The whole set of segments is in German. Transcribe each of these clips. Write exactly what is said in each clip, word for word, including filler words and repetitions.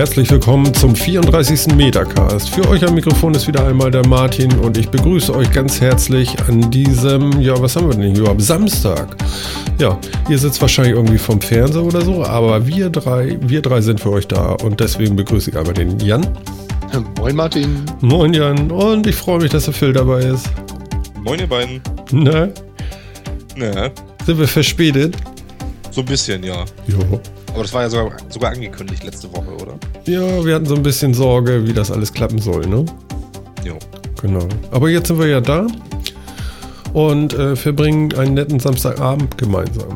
herzlich willkommen zum vierunddreißigsten Metacast. Für euch am Mikrofon ist wieder einmal der Martin und ich begrüße euch ganz herzlich an diesem, ja, was haben wir denn hier, Samstag. Ja, ihr sitzt wahrscheinlich irgendwie vom Fernseher oder so, aber wir drei, wir drei sind für euch da und deswegen begrüße ich einmal den Jan. Moin Martin. Moin Jan, und ich freue mich, dass der Phil dabei ist. Moin ihr beiden. Na? Na? Sind wir verspätet? So ein bisschen, ja. Jo. Aber das war ja sogar, sogar angekündigt letzte Woche, oder? Ja, wir hatten so ein bisschen Sorge, wie das alles klappen soll, ne? Jo. Genau. Aber jetzt sind wir ja da und äh, verbringen einen netten Samstagabend gemeinsam.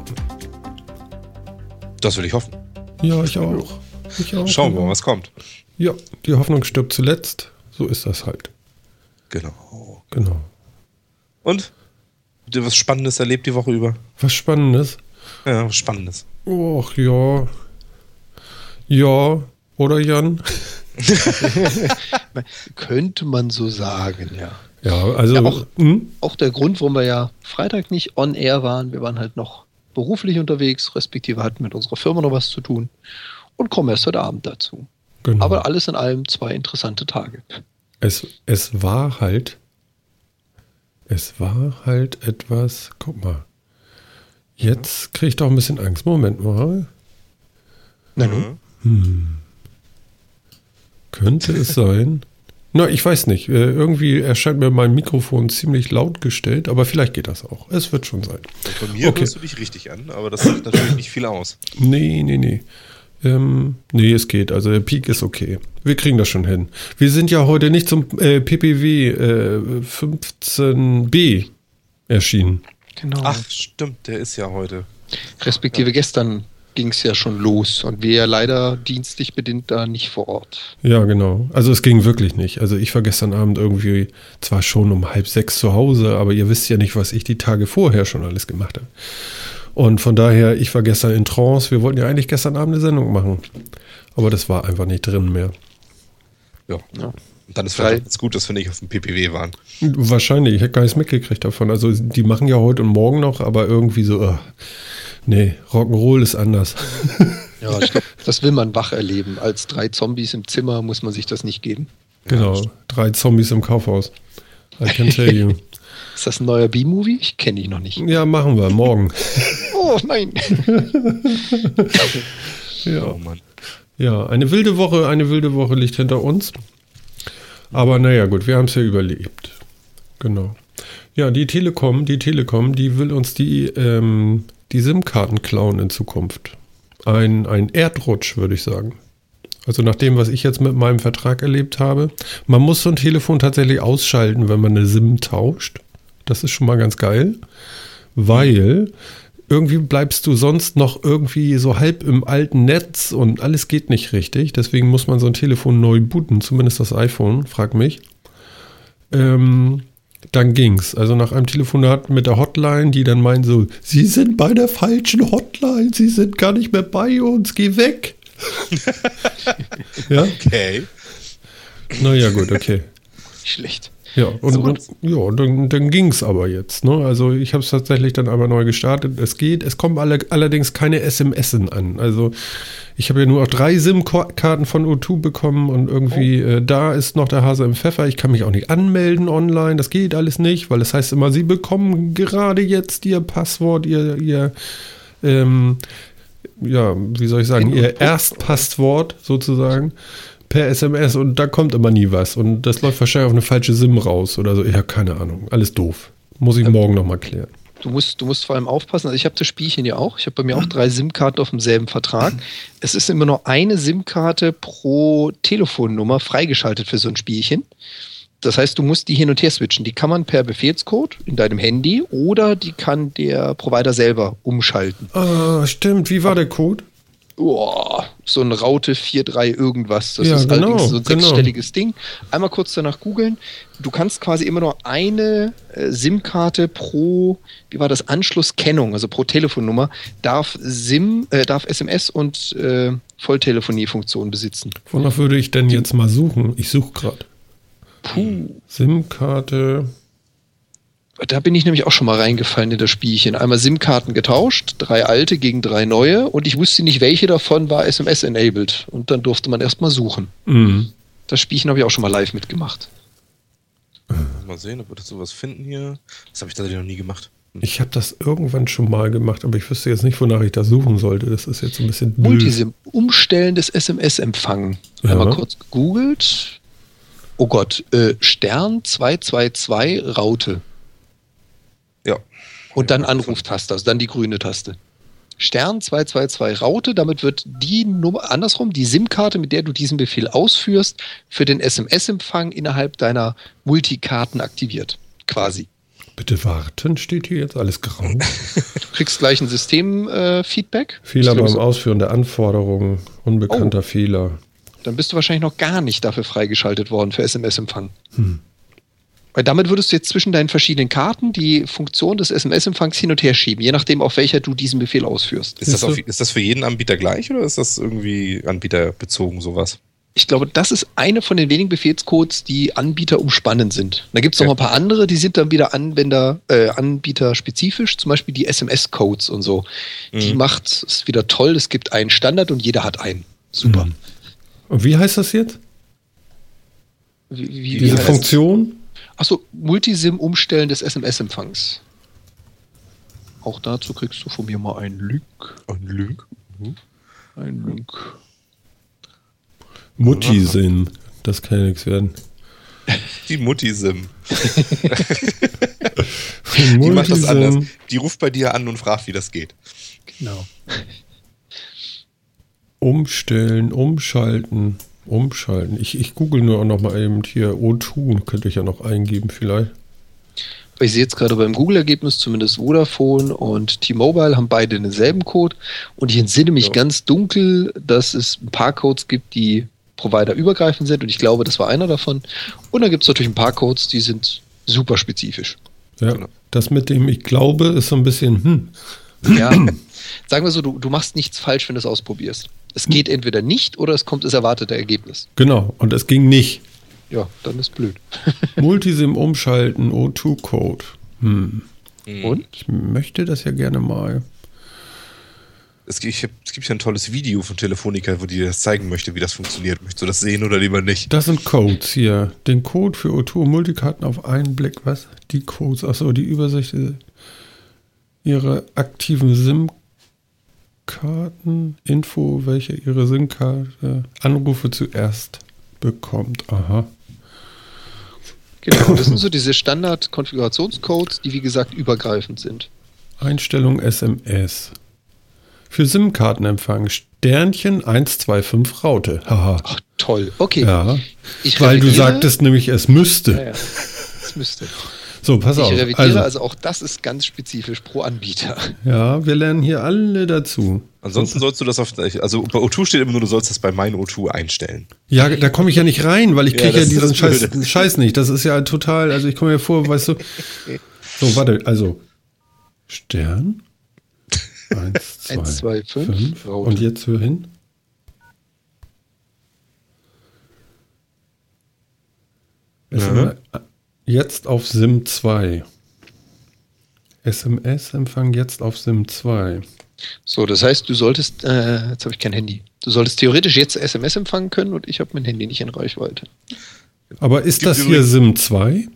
Das will ich hoffen. Ja, ich auch. Ich auch. Schauen wir mal, was kommt. Ja, die Hoffnung stirbt zuletzt. So ist das halt. Genau. Genau. Und? Habt ihr was Spannendes erlebt die Woche über? Was Spannendes? Ja, was Spannendes. Och, ja. Ja, oder Jan? Könnte man so sagen, ja. Ja, also Ja, auch, hm? auch der Grund, warum wir ja Freitag nicht on air waren. Wir waren halt noch beruflich unterwegs, respektive hatten mit unserer Firma noch was zu tun und kommen erst heute Abend dazu. Genau. Aber alles in allem zwei interessante Tage. Es, es war halt, es war halt etwas, guck mal, jetzt kriege ich doch ein bisschen Angst. Moment mal. Na nun. Hm. Könnte es sein? Na, ich weiß nicht. Äh, irgendwie erscheint mir mein Mikrofon ziemlich laut gestellt, aber vielleicht geht das auch. Es wird schon sein. Von mir Okay. hörst du dich richtig an, aber das sagt natürlich nicht viel aus. Nee, nee, nee. Ähm, nee, es geht. Also der Peak ist okay. Wir kriegen das schon hin. Wir sind ja heute nicht zum äh, P P W äh, fünfzehn b erschienen. Genau. Ach, stimmt, der ist ja heute. Respektive gestern ging es ja schon los und wir ja leider dienstlich bedingt da nicht vor Ort. Ja, genau. Also es ging wirklich nicht. Also ich war gestern Abend irgendwie zwar schon um halb sechs zu Hause, aber ihr wisst ja nicht, was ich die Tage vorher schon alles gemacht habe. Und von daher, ich war gestern in Trance. Wir wollten ja eigentlich gestern Abend eine Sendung machen. Aber das war einfach nicht drin mehr. Ja. Ja. Und dann ist vielleicht ganz gut, dass wir nicht auf dem P P W waren. Wahrscheinlich. Ich hätte gar nichts mitgekriegt davon. Also die machen ja heute und morgen noch, aber irgendwie so, uh, nee, Rock'n'Roll ist anders. Ja, ich glaube, das will man wach erleben. Als drei Zombies im Zimmer muss man sich das nicht geben. Genau, drei Zombies im Kaufhaus. I can tell you. Ist das ein neuer B-Movie? Ich kenne ihn noch nicht. Ja, machen wir, morgen. Oh nein. Ja. Oh Mann. Ja, eine wilde Woche, eine wilde Woche liegt hinter uns. Aber naja, gut, wir haben es ja überlebt. Genau. Ja, die Telekom, die Telekom, die will uns die, ähm, die SIM-Karten klauen in Zukunft. Ein, ein Erdrutsch, würde ich sagen. Also nach dem, was ich jetzt mit meinem Vertrag erlebt habe. Man muss so ein Telefon tatsächlich ausschalten, wenn man eine SIM tauscht. Das ist schon mal ganz geil, weil irgendwie bleibst du sonst noch irgendwie so halb im alten Netz und alles geht nicht richtig. Deswegen muss man so ein Telefon neu booten, zumindest das iPhone, frag mich. Ähm, dann ging's. Also nach einem Telefonat mit der Hotline, die dann meinen so, Sie sind bei der falschen Hotline, Sie sind gar nicht mehr bei uns, geh weg. Ja? Okay. Naja, gut, okay. Schlecht. Ja, und, So. und ja, dann, dann ging es aber jetzt. Ne? Also ich habe es tatsächlich dann aber neu gestartet. Es geht, es kommen alle, allerdings keine S M S an. Also ich habe ja nur auch drei SIM-Karten von O zwei bekommen und irgendwie Oh. äh, da ist noch der Hase im Pfeffer. Ich kann mich auch nicht anmelden online. Das geht alles nicht, weil es heißt immer, Sie bekommen gerade jetzt Ihr Passwort, Ihr, Ihr ähm, ja, wie soll ich sagen, Ihr Erstpasswort sozusagen. Per S M S und da kommt immer nie was. Und das läuft wahrscheinlich auf eine falsche SIM raus oder so. Ich habe keine Ahnung. Alles doof. Muss ich morgen nochmal klären. Du musst, du musst vor allem aufpassen. Also ich habe das Spielchen ja auch. Ich habe bei mir auch drei SIM-Karten auf demselben Vertrag. Es ist immer nur eine SIM-Karte pro Telefonnummer freigeschaltet für so ein Spielchen. Das heißt, du musst die hin und her switchen. Die kann man per Befehlscode in deinem Handy oder die kann der Provider selber umschalten. Ah, stimmt. Wie war der Code? Oh, so ein Raute vier drei irgendwas. Das Ja, ist genau, allerdings so ein genau. sechsstelliges Ding. Einmal kurz danach googeln. Du kannst quasi immer nur eine äh, SIM-Karte pro, wie war das, Anschlusskennung, also pro Telefonnummer, darf SIM, äh, darf S M S und äh, Volltelefoniefunktion besitzen. Wonach würde ich denn jetzt mal suchen? Ich suche gerade. Puh. SIM-Karte. Da bin ich nämlich auch schon mal reingefallen in das Spielchen. Einmal SIM-Karten getauscht, drei alte gegen drei neue und ich wusste nicht, welche davon war S M S-enabled. Und dann durfte man erstmal suchen. Mhm. Das Spielchen habe ich auch schon mal live mitgemacht. Mal sehen, ob wir das sowas finden hier. Das habe ich tatsächlich noch nie gemacht. Ich habe das irgendwann schon mal gemacht, aber ich wüsste jetzt nicht, wonach ich das suchen sollte. Das ist jetzt ein bisschen blöd. Multisim, Umstellen des S M S-Empfang. Ja. Einmal kurz gegoogelt. Oh Gott, äh, Stern zwei zwei zwei Raute. Ja. Und dann Anruftaste, also dann die grüne Taste. Stern zwei zwei zwei Raute, damit wird die Nummer, andersrum, die SIM-Karte, mit der du diesen Befehl ausführst, für den S M S-Empfang innerhalb deiner Multikarten aktiviert. Quasi. Bitte warten, steht hier jetzt alles grau. Du kriegst gleich ein System-Feedback. Fehler Ich glaub, beim so- Ausführen der Anforderungen, unbekannter Oh. Fehler. Dann bist du wahrscheinlich noch gar nicht dafür freigeschaltet worden für S M S-Empfang. Hm. Weil damit würdest du jetzt zwischen deinen verschiedenen Karten die Funktion des S M S-Empfangs hin und her schieben, je nachdem, auf welcher du diesen Befehl ausführst. Ist das, Siehst du? auf, ist das für jeden Anbieter gleich oder ist das irgendwie anbieterbezogen sowas? Ich glaube, das ist eine von den wenigen Befehlscodes, die Anbieter umspannend sind. Da gibt es noch Okay. mal ein paar andere, die sind dann wieder Anwender, äh, anbieterspezifisch, zum Beispiel die S M S-Codes und so. Die Mhm. macht, ist wieder toll, es gibt einen Standard und jeder hat einen. Super. Mhm. Und wie heißt das jetzt? Wie, wie, Diese wie heißt- Funktion? Achso, Multisim umstellen des S M S-Empfangs. Auch dazu kriegst du von mir mal einen Link. Ein Link? Einen Link. Mutti-Sinn. Das kann ja nichts werden. Die Mutti-Sim. Die macht das Multisim. anders. Die ruft bei dir an und fragt, wie das geht. Genau. Umstellen, umschalten, umschalten. Ich, ich google nur auch noch mal eben hier O zwei, könnte ich ja noch eingeben vielleicht. Ich sehe jetzt gerade beim Google-Ergebnis, zumindest Vodafone und T-Mobile haben beide denselben Code. Und ich entsinne mich Ja. ganz dunkel, dass es ein paar Codes gibt, die providerübergreifend sind. Und ich glaube, das war einer davon. Und dann gibt es natürlich ein paar Codes, die sind super spezifisch. Ja, Genau. das mit dem ich glaube ist so ein bisschen, hm, Ja, sagen wir so, du, du machst nichts falsch, wenn du es ausprobierst. Es geht entweder nicht oder es kommt das erwartete Ergebnis. genau. Und es ging nicht. Ja, dann ist blöd. Multisim umschalten, O zwei Code. Hm. Und? Ich möchte das ja gerne mal. Es gibt, ich hab, es gibt ja ein tolles Video von Telefonica, wo die das zeigen möchte, wie das funktioniert. Möchtest du das sehen oder lieber nicht? Das sind Codes hier. Den Code für O zwei Multikarten auf einen Blick. Was? Die Codes. Achso, die Übersicht. äh, Ihre aktiven SIM-Karten. Info, welche Ihre SIM-Karte Anrufe zuerst bekommt. Aha. Genau, das sind so diese Standard-Konfigurationscodes, die wie gesagt übergreifend sind. Einstellung S M S. Für SIM-Kartenempfang Sternchen eins zwei fünf Raute. Haha. Ach, toll. Okay. Ja. Ich Weil du revidiere- sagtest nämlich, es müsste. Ja, ja. Das müsste. So, pass Ich auf. revidiere, Also, also auch das ist ganz spezifisch pro Anbieter. ja, wir lernen hier alle dazu. Ansonsten sollst du das auf, also bei O zwei steht immer nur, du sollst das bei mein O zwei einstellen. Ja, da komme ich ja nicht rein, weil ich Ja, kriege ja, das ist diesen das Scheiß, Blöde. Scheiß nicht. Das ist ja total, also ich komme mir vor, weißt du. So, warte, also Stern eins, zwei, eins, zwei, fünf. fünf. Raute. Und jetzt hör hin. S M S, jetzt auf SIM zwei. S M S-Empfang jetzt auf SIM zwei. So, das heißt, du solltest, äh, jetzt habe ich kein Handy. Du solltest theoretisch jetzt S M S empfangen können und ich habe mein Handy nicht in Reichweite. Aber ist Gibt das hier übrigens- SIM zwei?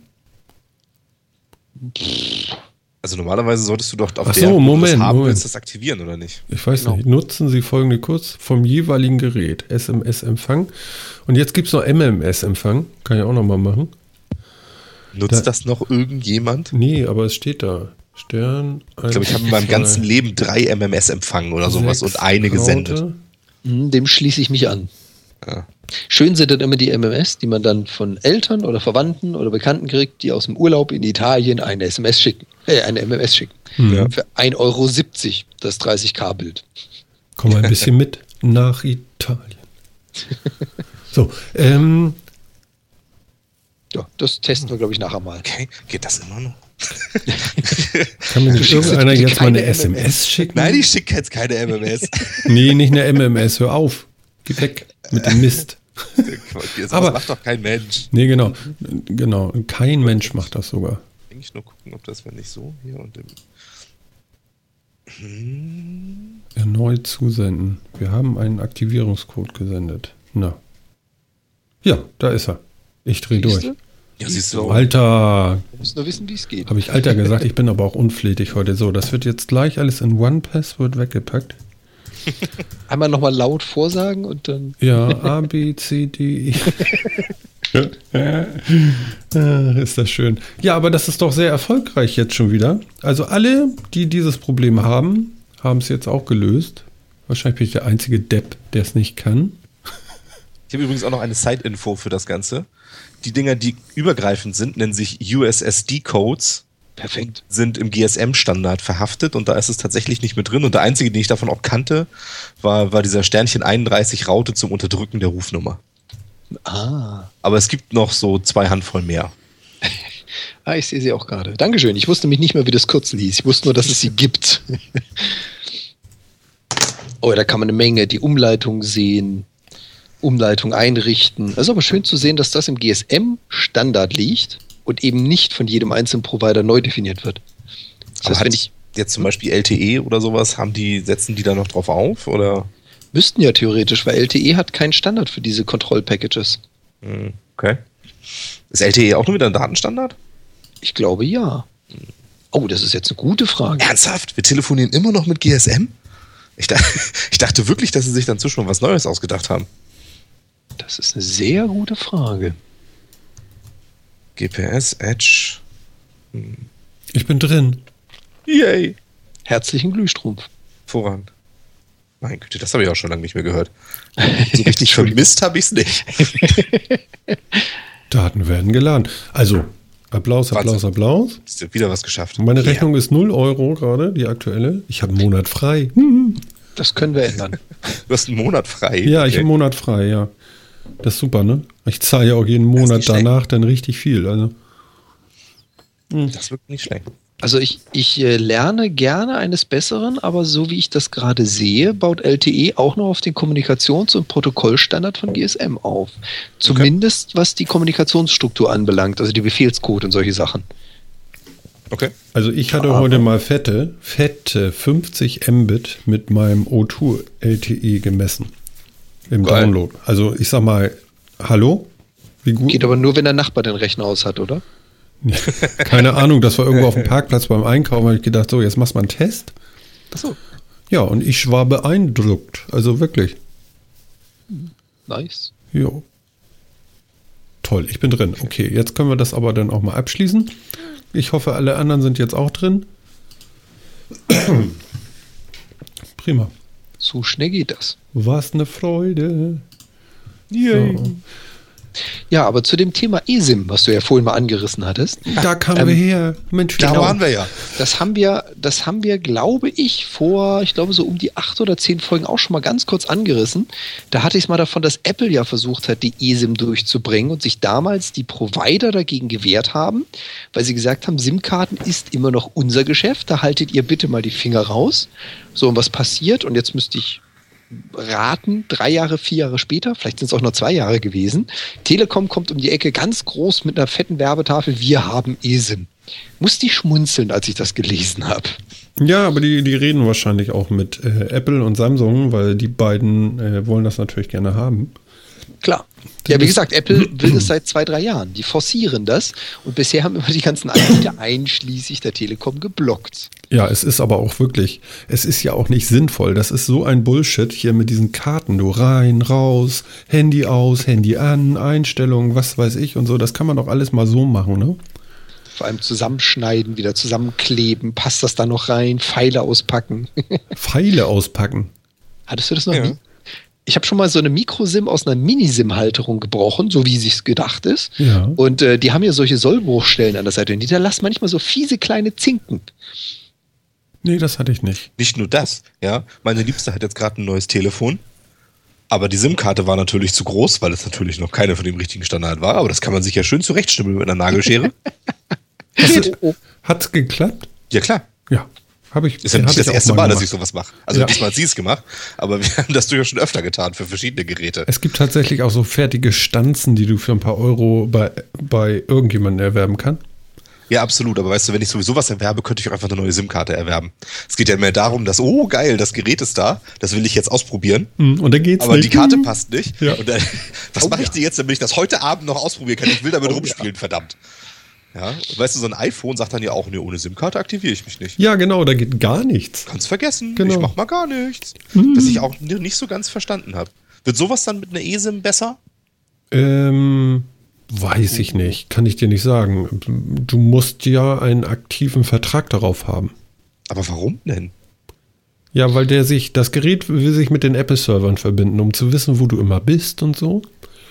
Also normalerweise solltest du doch auf Ach der, so, wo du Moment, das haben Moment. willst, das aktivieren, oder nicht? Ich weiß Genau. nicht. Nutzen Sie folgende kurz vom jeweiligen Gerät. S M S-Empfang. Und jetzt gibt es noch M M S-Empfang. Kann ich auch noch mal machen. Nutzt Da- das noch irgendjemand? Nee, aber es steht da. Stern. Ich glaube, ich habe in meinem ganzen Leben drei M M S empfangen oder sowas und eine gesendet. Hm, dem schließe ich mich an. Ja. Schön sind dann immer die M M S, die man dann von Eltern oder Verwandten oder Bekannten kriegt, die aus dem Urlaub in Italien eine S M S schicken, äh, eine M M S schicken. Ja. Für ein Euro siebzig das dreißig K Bild. Komm mal ein bisschen mit nach Italien. So, ähm, Ja, das testen wir, glaube ich, nachher mal. Okay, geht das immer noch? kann mir nicht schickst irgendeiner bitte jetzt mal eine keine S M S schicken? Nein, ich schicke jetzt keine M M S. Nee, nicht eine M M S. Hör auf. Geh weg mit dem Mist. Das Aber- macht doch kein Mensch. Nee, genau. Genau. Kein Mensch macht das sogar. eigentlich nur gucken, ob das, wenn nicht so, hier und im... Hm. Erneut zusenden. Wir haben einen Aktivierungscode gesendet. Na. Ja, da ist er. Ich drehe durch. Siehste? Ja, siehst du. Alter. Du musst nur wissen, wie es geht. Habe ich Alter gesagt? Ich bin aber auch unflätig heute. So, das wird jetzt gleich alles in One-Password weggepackt. Einmal nochmal laut vorsagen und dann... Ja, A, B, C, D, E. Ah, ist das schön. Ja, aber das ist doch sehr erfolgreich jetzt schon wieder. Also alle, die dieses Problem haben, haben es jetzt auch gelöst. Wahrscheinlich bin ich der einzige Depp, der es nicht kann. Ich habe übrigens auch noch eine Side-Info für das Ganze. Die Dinger, die übergreifend sind, nennen sich U S S D-Codes. Perfekt. Sind im G S M-Standard verhaftet und da ist es tatsächlich nicht mit drin. Und der einzige, den ich davon auch kannte, war, war dieser Sternchen einunddreißig Raute zum Unterdrücken der Rufnummer. Ah. Aber es gibt noch so zwei Handvoll mehr. Ah, ich sehe sie auch gerade. Dankeschön. Ich wusste nämlich nicht mehr, wie das Kürzel hieß. Ich wusste nur, dass es sie gibt. Oh, da kann man eine Menge. Die Umleitung sehen, Umleitung einrichten. Es ist aber schön zu sehen, dass das im G S M-Standard liegt und eben nicht von jedem einzelnen Provider neu definiert wird. Das Aber heißt, hat wenn ich jetzt zum Beispiel L T E oder sowas, haben die, setzen die da noch drauf auf? Oder? müssten ja theoretisch, weil L T E hat keinen Standard für diese Kontroll-Packages. Hm, okay. Ist L T E auch nur wieder ein Datenstandard? Ich glaube ja. Oh, das ist jetzt eine gute Frage. Ernsthaft? Wir telefonieren immer noch mit G S M? Ich, da, ich dachte wirklich, dass sie sich dann zwischen was Neues ausgedacht haben. Das ist eine sehr gute Frage. G P S, Edge. Hm. Ich bin drin. Yay. Herzlichen Glühstrumpf. Voran. Mein Güte, das habe ich auch schon lange nicht mehr gehört. So richtig vermisst habe ich es nicht. Daten werden geladen. Also, Applaus, Applaus, Wahnsinn. Applaus. Hast du wieder was geschafft? Meine Yeah. Rechnung ist null Euro gerade, die aktuelle. Ich habe einen Monat frei. Hm. Das können wir ändern. Du hast einen Monat frei. Ja, ich Okay. habe einen Monat frei, ja. Das ist super, ne? Ich zahle ja auch jeden ist Monat nicht schlecht. danach dann richtig viel. Also. Das wirkt nicht schlecht. Also ich, ich äh, lerne gerne eines Besseren, aber so wie ich das gerade sehe, baut L T E auch noch auf den Kommunikations- und Protokollstandard von G S M auf. Zumindest was die Kommunikationsstruktur anbelangt, also die Befehlscode und solche Sachen. Okay. Also ich hatte Aber- heute mal fette, fette fünfzig Mbit mit meinem O zwei L T E gemessen. Im Geil. Download. Also ich sag mal, hallo? Wie gut? Geht aber nur, wenn der Nachbar den Rechner aus hat, oder? Keine Ahnung, das war irgendwo auf dem Parkplatz beim Einkaufen, habe ich gedacht, so, jetzt machst du mal einen Test. Achso, Ja, und ich war beeindruckt. Also wirklich. nice. Jo. Toll, ich bin drin. Okay, jetzt können wir das aber dann auch mal abschließen. Ich hoffe, alle anderen sind jetzt auch drin. Prima. So schnell geht das. Was eine Freude. Yay. So. Ja, aber zu dem Thema eSIM, was du ja vorhin mal angerissen hattest. Da kamen Ähm, wir her. Mensch, Da Genau. waren wir ja. Das haben wir, das haben wir, glaube ich, vor, ich glaube, so um die acht oder zehn Folgen auch schon mal ganz kurz angerissen. Da hatte ich es mal davon, dass Apple ja versucht hat, die eSIM durchzubringen und sich damals die Provider dagegen gewehrt haben, weil sie gesagt haben, SIM-Karten ist immer noch unser Geschäft, da haltet ihr bitte mal die Finger raus. So, und was passiert? Und jetzt müsste ich raten, drei Jahre, vier Jahre später, vielleicht sind es auch nur zwei Jahre gewesen, Telekom kommt um die Ecke ganz groß mit einer fetten Werbetafel, wir haben eSIM. Musste ich schmunzeln, als ich das gelesen habe. Ja, aber die, die reden wahrscheinlich auch mit äh, Apple und Samsung, weil die beiden äh, wollen das natürlich gerne haben. Klar. Ja, wie gesagt, Apple will das seit zwei, drei Jahren. Die forcieren das und bisher haben immer die ganzen Anbieter einschließlich der Telekom geblockt. Ja, es ist aber auch wirklich, es ist ja auch nicht sinnvoll. Das ist so ein Bullshit hier mit diesen Karten. Du rein, raus, Handy aus, Handy an, Einstellungen, was weiß ich und so. Das kann man doch alles mal so machen, ne? Vor allem zusammenschneiden, wieder zusammenkleben, passt das da noch rein, Pfeile auspacken. Pfeile auspacken. Hattest du das noch Ja. nie? Ich habe schon mal so eine Micro-SIM aus einer Mini-SIM-Halterung gebrochen, so wie sich's gedacht ist. Ja. Und äh, die haben ja solche Sollbruchstellen an der Seite. Und die hinterlassen manchmal so fiese kleine Zinken. Nee, das hatte ich nicht. Nicht nur das, ja. Meine Liebste hat jetzt gerade ein neues Telefon. Aber die SIM-Karte war natürlich zu groß, weil es natürlich noch keine von dem richtigen Standard war. Aber das kann man sich ja schön zurechtstimmen mit einer Nagelschere. Hast du- Hat's geklappt? Ja, klar. Ja. Habe ich. Ist ja hab nicht das auch erste Mal, dass gemacht. ich sowas mache. Also Ja. diesmal hat sie es gemacht, aber wir haben das durchaus schon öfter getan für verschiedene Geräte. Es gibt tatsächlich auch so fertige Stanzen, die du für ein paar Euro bei, bei irgendjemandem erwerben kannst. Ja, absolut. Aber weißt du, wenn ich sowieso was erwerbe, könnte ich auch einfach eine neue SIM-Karte erwerben. Es geht ja mehr darum, dass, oh geil, das Gerät ist da, das will ich jetzt ausprobieren. Und dann geht's aber nicht. die Karte passt nicht. Ja. Und dann, was Oh, mache ich ja. denn jetzt, damit ich das heute Abend noch ausprobieren kann? Ich will damit Oh, rumspielen, verdammt. Ja, und weißt du, so ein iPhone sagt dann ja auch, nee, ohne SIM-Karte aktiviere ich mich nicht. Ja, genau, da geht gar nichts. Kannst vergessen, Genau. ich mach mal gar nichts. Hm. Das ich auch nicht so ganz verstanden habe. Wird sowas dann mit einer eSIM besser? Ähm, weiß ich nicht. Kann ich dir nicht sagen. Du musst ja einen aktiven Vertrag darauf haben. Aber warum denn? Ja, weil der sich, das Gerät will sich mit den Apple-Servern verbinden, um zu wissen, wo du immer bist und so.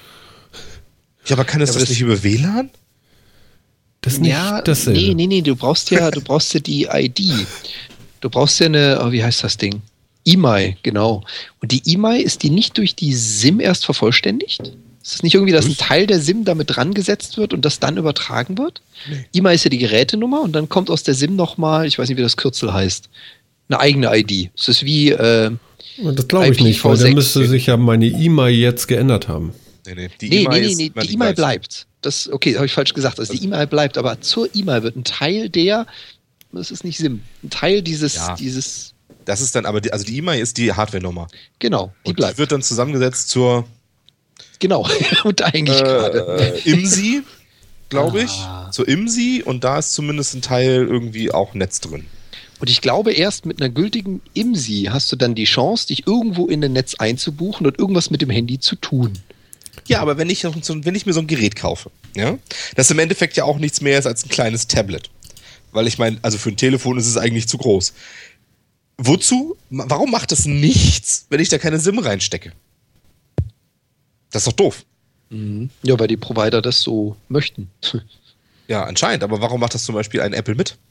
Ja, aber kann es Ja, aber das das- nicht über W L A N? Das ist nicht Ja, dasselbe. nee, nee, nee, du brauchst ja, du brauchst ja die I D. Du brauchst ja eine, oh, wie heißt das Ding? E M I, genau. Und die E M I, ist die nicht durch die SIM erst vervollständigt? Ist es nicht irgendwie, dass ein Teil der SIM damit dran gesetzt wird und das dann übertragen wird? Nee. E M I ist ja die Gerätenummer und dann kommt aus der SIM nochmal, ich weiß nicht, wie das Kürzel heißt, eine eigene I D. Es ist wie, äh, Das glaube ich nicht, weil dann müsste sich ja meine E M I jetzt geändert haben. Nee, nee, die nee, E M I nee, nee, ist nee, immer die E M I gleiche. bleibt. Das, okay, habe ich falsch gesagt. Also die E M I bleibt, aber zur E M I wird ein Teil der, das ist nicht SIM, ein Teil dieses, Ja. dieses, Das ist dann, aber die, also die E M I ist die Hardware-Nummer. genau, die Und bleibt. die wird dann zusammengesetzt zur Genau, und eigentlich gerade. äh, I M S I, glaube ich. Ah. Zur I M S I und da ist zumindest ein Teil irgendwie auch Netz drin. Und ich glaube, erst mit einer gültigen I M S I hast du dann die Chance, dich irgendwo in ein Netz einzubuchen und irgendwas mit dem Handy zu tun. Ja, aber wenn ich, so, wenn ich mir so ein Gerät kaufe, ja, das im Endeffekt ja auch nichts mehr ist als ein kleines Tablet. Weil ich meine, also für ein Telefon ist es eigentlich zu groß. Wozu? Warum macht das nichts, wenn ich da keine SIM reinstecke? Das ist doch doof. Ja, weil die Provider das so möchten. Ja, anscheinend. Aber warum macht das zum Beispiel ein Apple mit?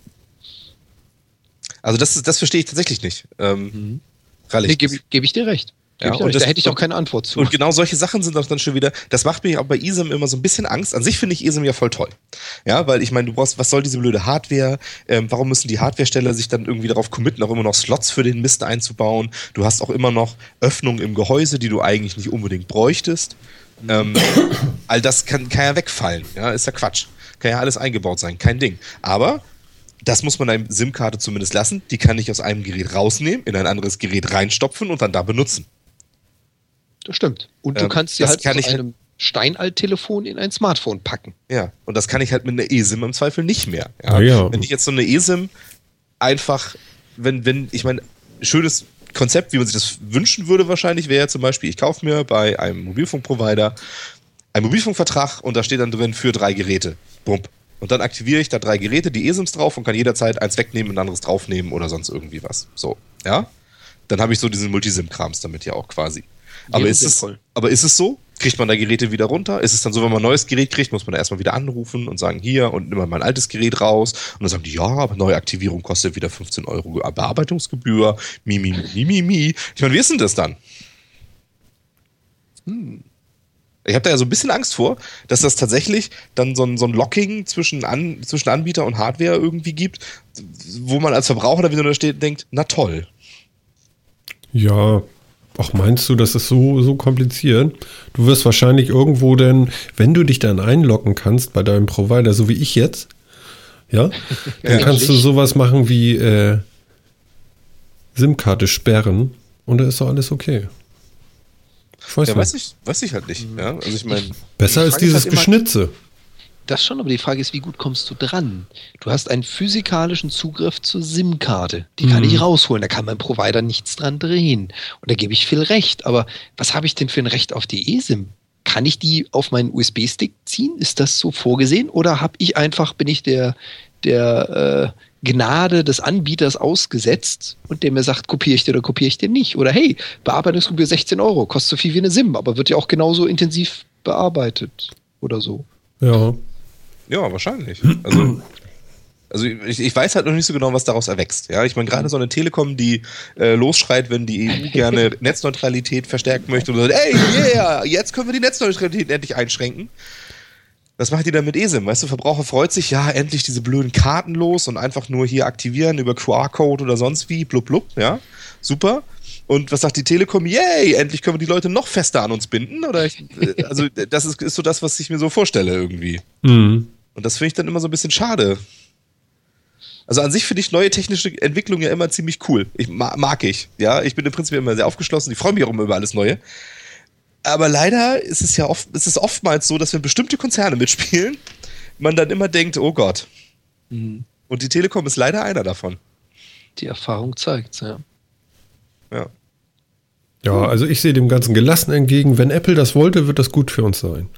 Also das, ist- das verstehe ich tatsächlich nicht. Ähm, Rallig. Nee, gebe ich, geb ich dir recht. Geb Ja, ich dir und recht. das- Da hätte ich auch keine Antwort zu. Und genau solche Sachen sind auch dann schon wieder, das macht mich auch bei eSIM immer so ein bisschen Angst. An sich finde ich eSIM ja voll toll. Ja, weil ich meine, du brauchst, was soll diese blöde Hardware? Ähm, warum müssen die Hardwaresteller sich dann irgendwie darauf committen, auch immer noch Slots für den Mist einzubauen? Du hast auch immer noch Öffnungen im Gehäuse, die du eigentlich nicht unbedingt bräuchtest. Ähm, all das kann, kann ja wegfallen. Ja, ist ja Quatsch. Kann ja alles eingebaut sein, kein Ding. Aber das muss man einer SIM-Karte zumindest lassen. Die kann ich aus einem Gerät rausnehmen, in ein anderes Gerät reinstopfen und dann da benutzen. Das stimmt. Und du Ähm, kannst sie das halt kann aus ich halt- einem Steinalt-Telefon in ein Smartphone packen. Ja, und das kann ich halt mit einer eSIM im Zweifel nicht mehr. Ja? Ah ja. Wenn ich jetzt so eine eSIM einfach, wenn, wenn, ich meine, schönes Konzept, wie man sich das wünschen würde wahrscheinlich, wäre zum Beispiel, ich kaufe mir bei einem Mobilfunkprovider einen Mobilfunkvertrag und da steht dann drin für drei Geräte. Bump. Und dann aktiviere ich da drei Geräte, die eSIMs drauf und kann jederzeit eins wegnehmen und ein anderes draufnehmen oder sonst irgendwie was. So, ja? Dann habe ich so diesen Multisim-Krams damit ja auch quasi. Aber Wäre ist, es, sinnvoll. aber ist es so? Kriegt man da Geräte wieder runter? Ist es dann so, wenn man ein neues Gerät kriegt, muss man da erstmal wieder anrufen und sagen, hier und nimm mal mein altes Gerät raus. Und dann sagen die, ja, aber neue Aktivierung kostet wieder fünfzehn Euro Bearbeitungsgebühr. Mi, mi, mi, mi, mi. Ich meine, wie ist denn das dann? Ich habe da ja so ein bisschen Angst vor, dass das tatsächlich dann so ein, so ein Locking zwischen, An, zwischen Anbieter und Hardware irgendwie gibt, wo man als Verbraucher da wieder da steht und denkt, na toll. Ja, ach, meinst du, das ist so, so kompliziert? Du wirst wahrscheinlich irgendwo denn, wenn du dich dann einloggen kannst bei deinem Provider, so wie ich jetzt, ja, dann Ja. kannst du sowas machen wie äh, SIM-Karte sperren und dann ist doch alles okay. Ich weiß Ja, nicht. weiß ich, weiß ich halt nicht. Ja, also ich meine, Besser Die als Frage ist dieses halt immer- Geschnitze. Das schon, aber die Frage ist, wie gut kommst du dran? Du hast einen physikalischen Zugriff zur SIM-Karte. Die kann Mhm. ich rausholen. Da kann mein Provider nichts dran drehen. Und da gebe ich viel Recht. Aber was habe ich denn für ein Recht auf die eSIM? Kann ich die auf meinen U S B-Stick ziehen? Ist das so vorgesehen? Oder habe ich einfach, bin ich der, der äh, Gnade des Anbieters ausgesetzt und der mir sagt, kopiere ich dir oder kopiere ich dir nicht? Oder hey, Bearbeitungsgebühr sechzehn Euro, kostet so viel wie eine SIM, aber wird ja auch genauso intensiv bearbeitet oder so. Ja. ja, wahrscheinlich. Also, also ich, ich weiß halt noch nicht so genau, was daraus erwächst. Ja, ich meine, gerade so eine Telekom, die äh, losschreit, wenn die E U gerne Netzneutralität verstärken möchte und sagt, ey, yeah, jetzt können wir die Netzneutralität endlich einschränken. Was macht die dann mit eSIM? Weißt du, Verbraucher freut sich, ja, endlich diese blöden Karten los und einfach nur hier aktivieren über Q R-Code oder sonst wie, blub, blub, ja, super. Und was sagt die Telekom? Yay, endlich können wir die Leute noch fester an uns binden? Oder ich, äh, also das ist, ist so das, was ich mir so vorstelle irgendwie. Mhm. Und das finde ich dann immer so ein bisschen schade. Also an sich finde ich neue technische Entwicklungen ja immer ziemlich cool. Ich, mag ich. Ja, ich bin im Prinzip immer sehr aufgeschlossen. Ich freue mich auch immer über alles Neue. Aber leider ist es ja oft, ist es oftmals so, dass wenn bestimmte Konzerne mitspielen, man dann immer denkt, oh Gott. Mhm. Und die Telekom ist leider einer davon. Die Erfahrung zeigt, ja. Ja. Ja, also ich sehe dem Ganzen gelassen entgegen. Wenn Apple das wollte, wird das gut für uns sein.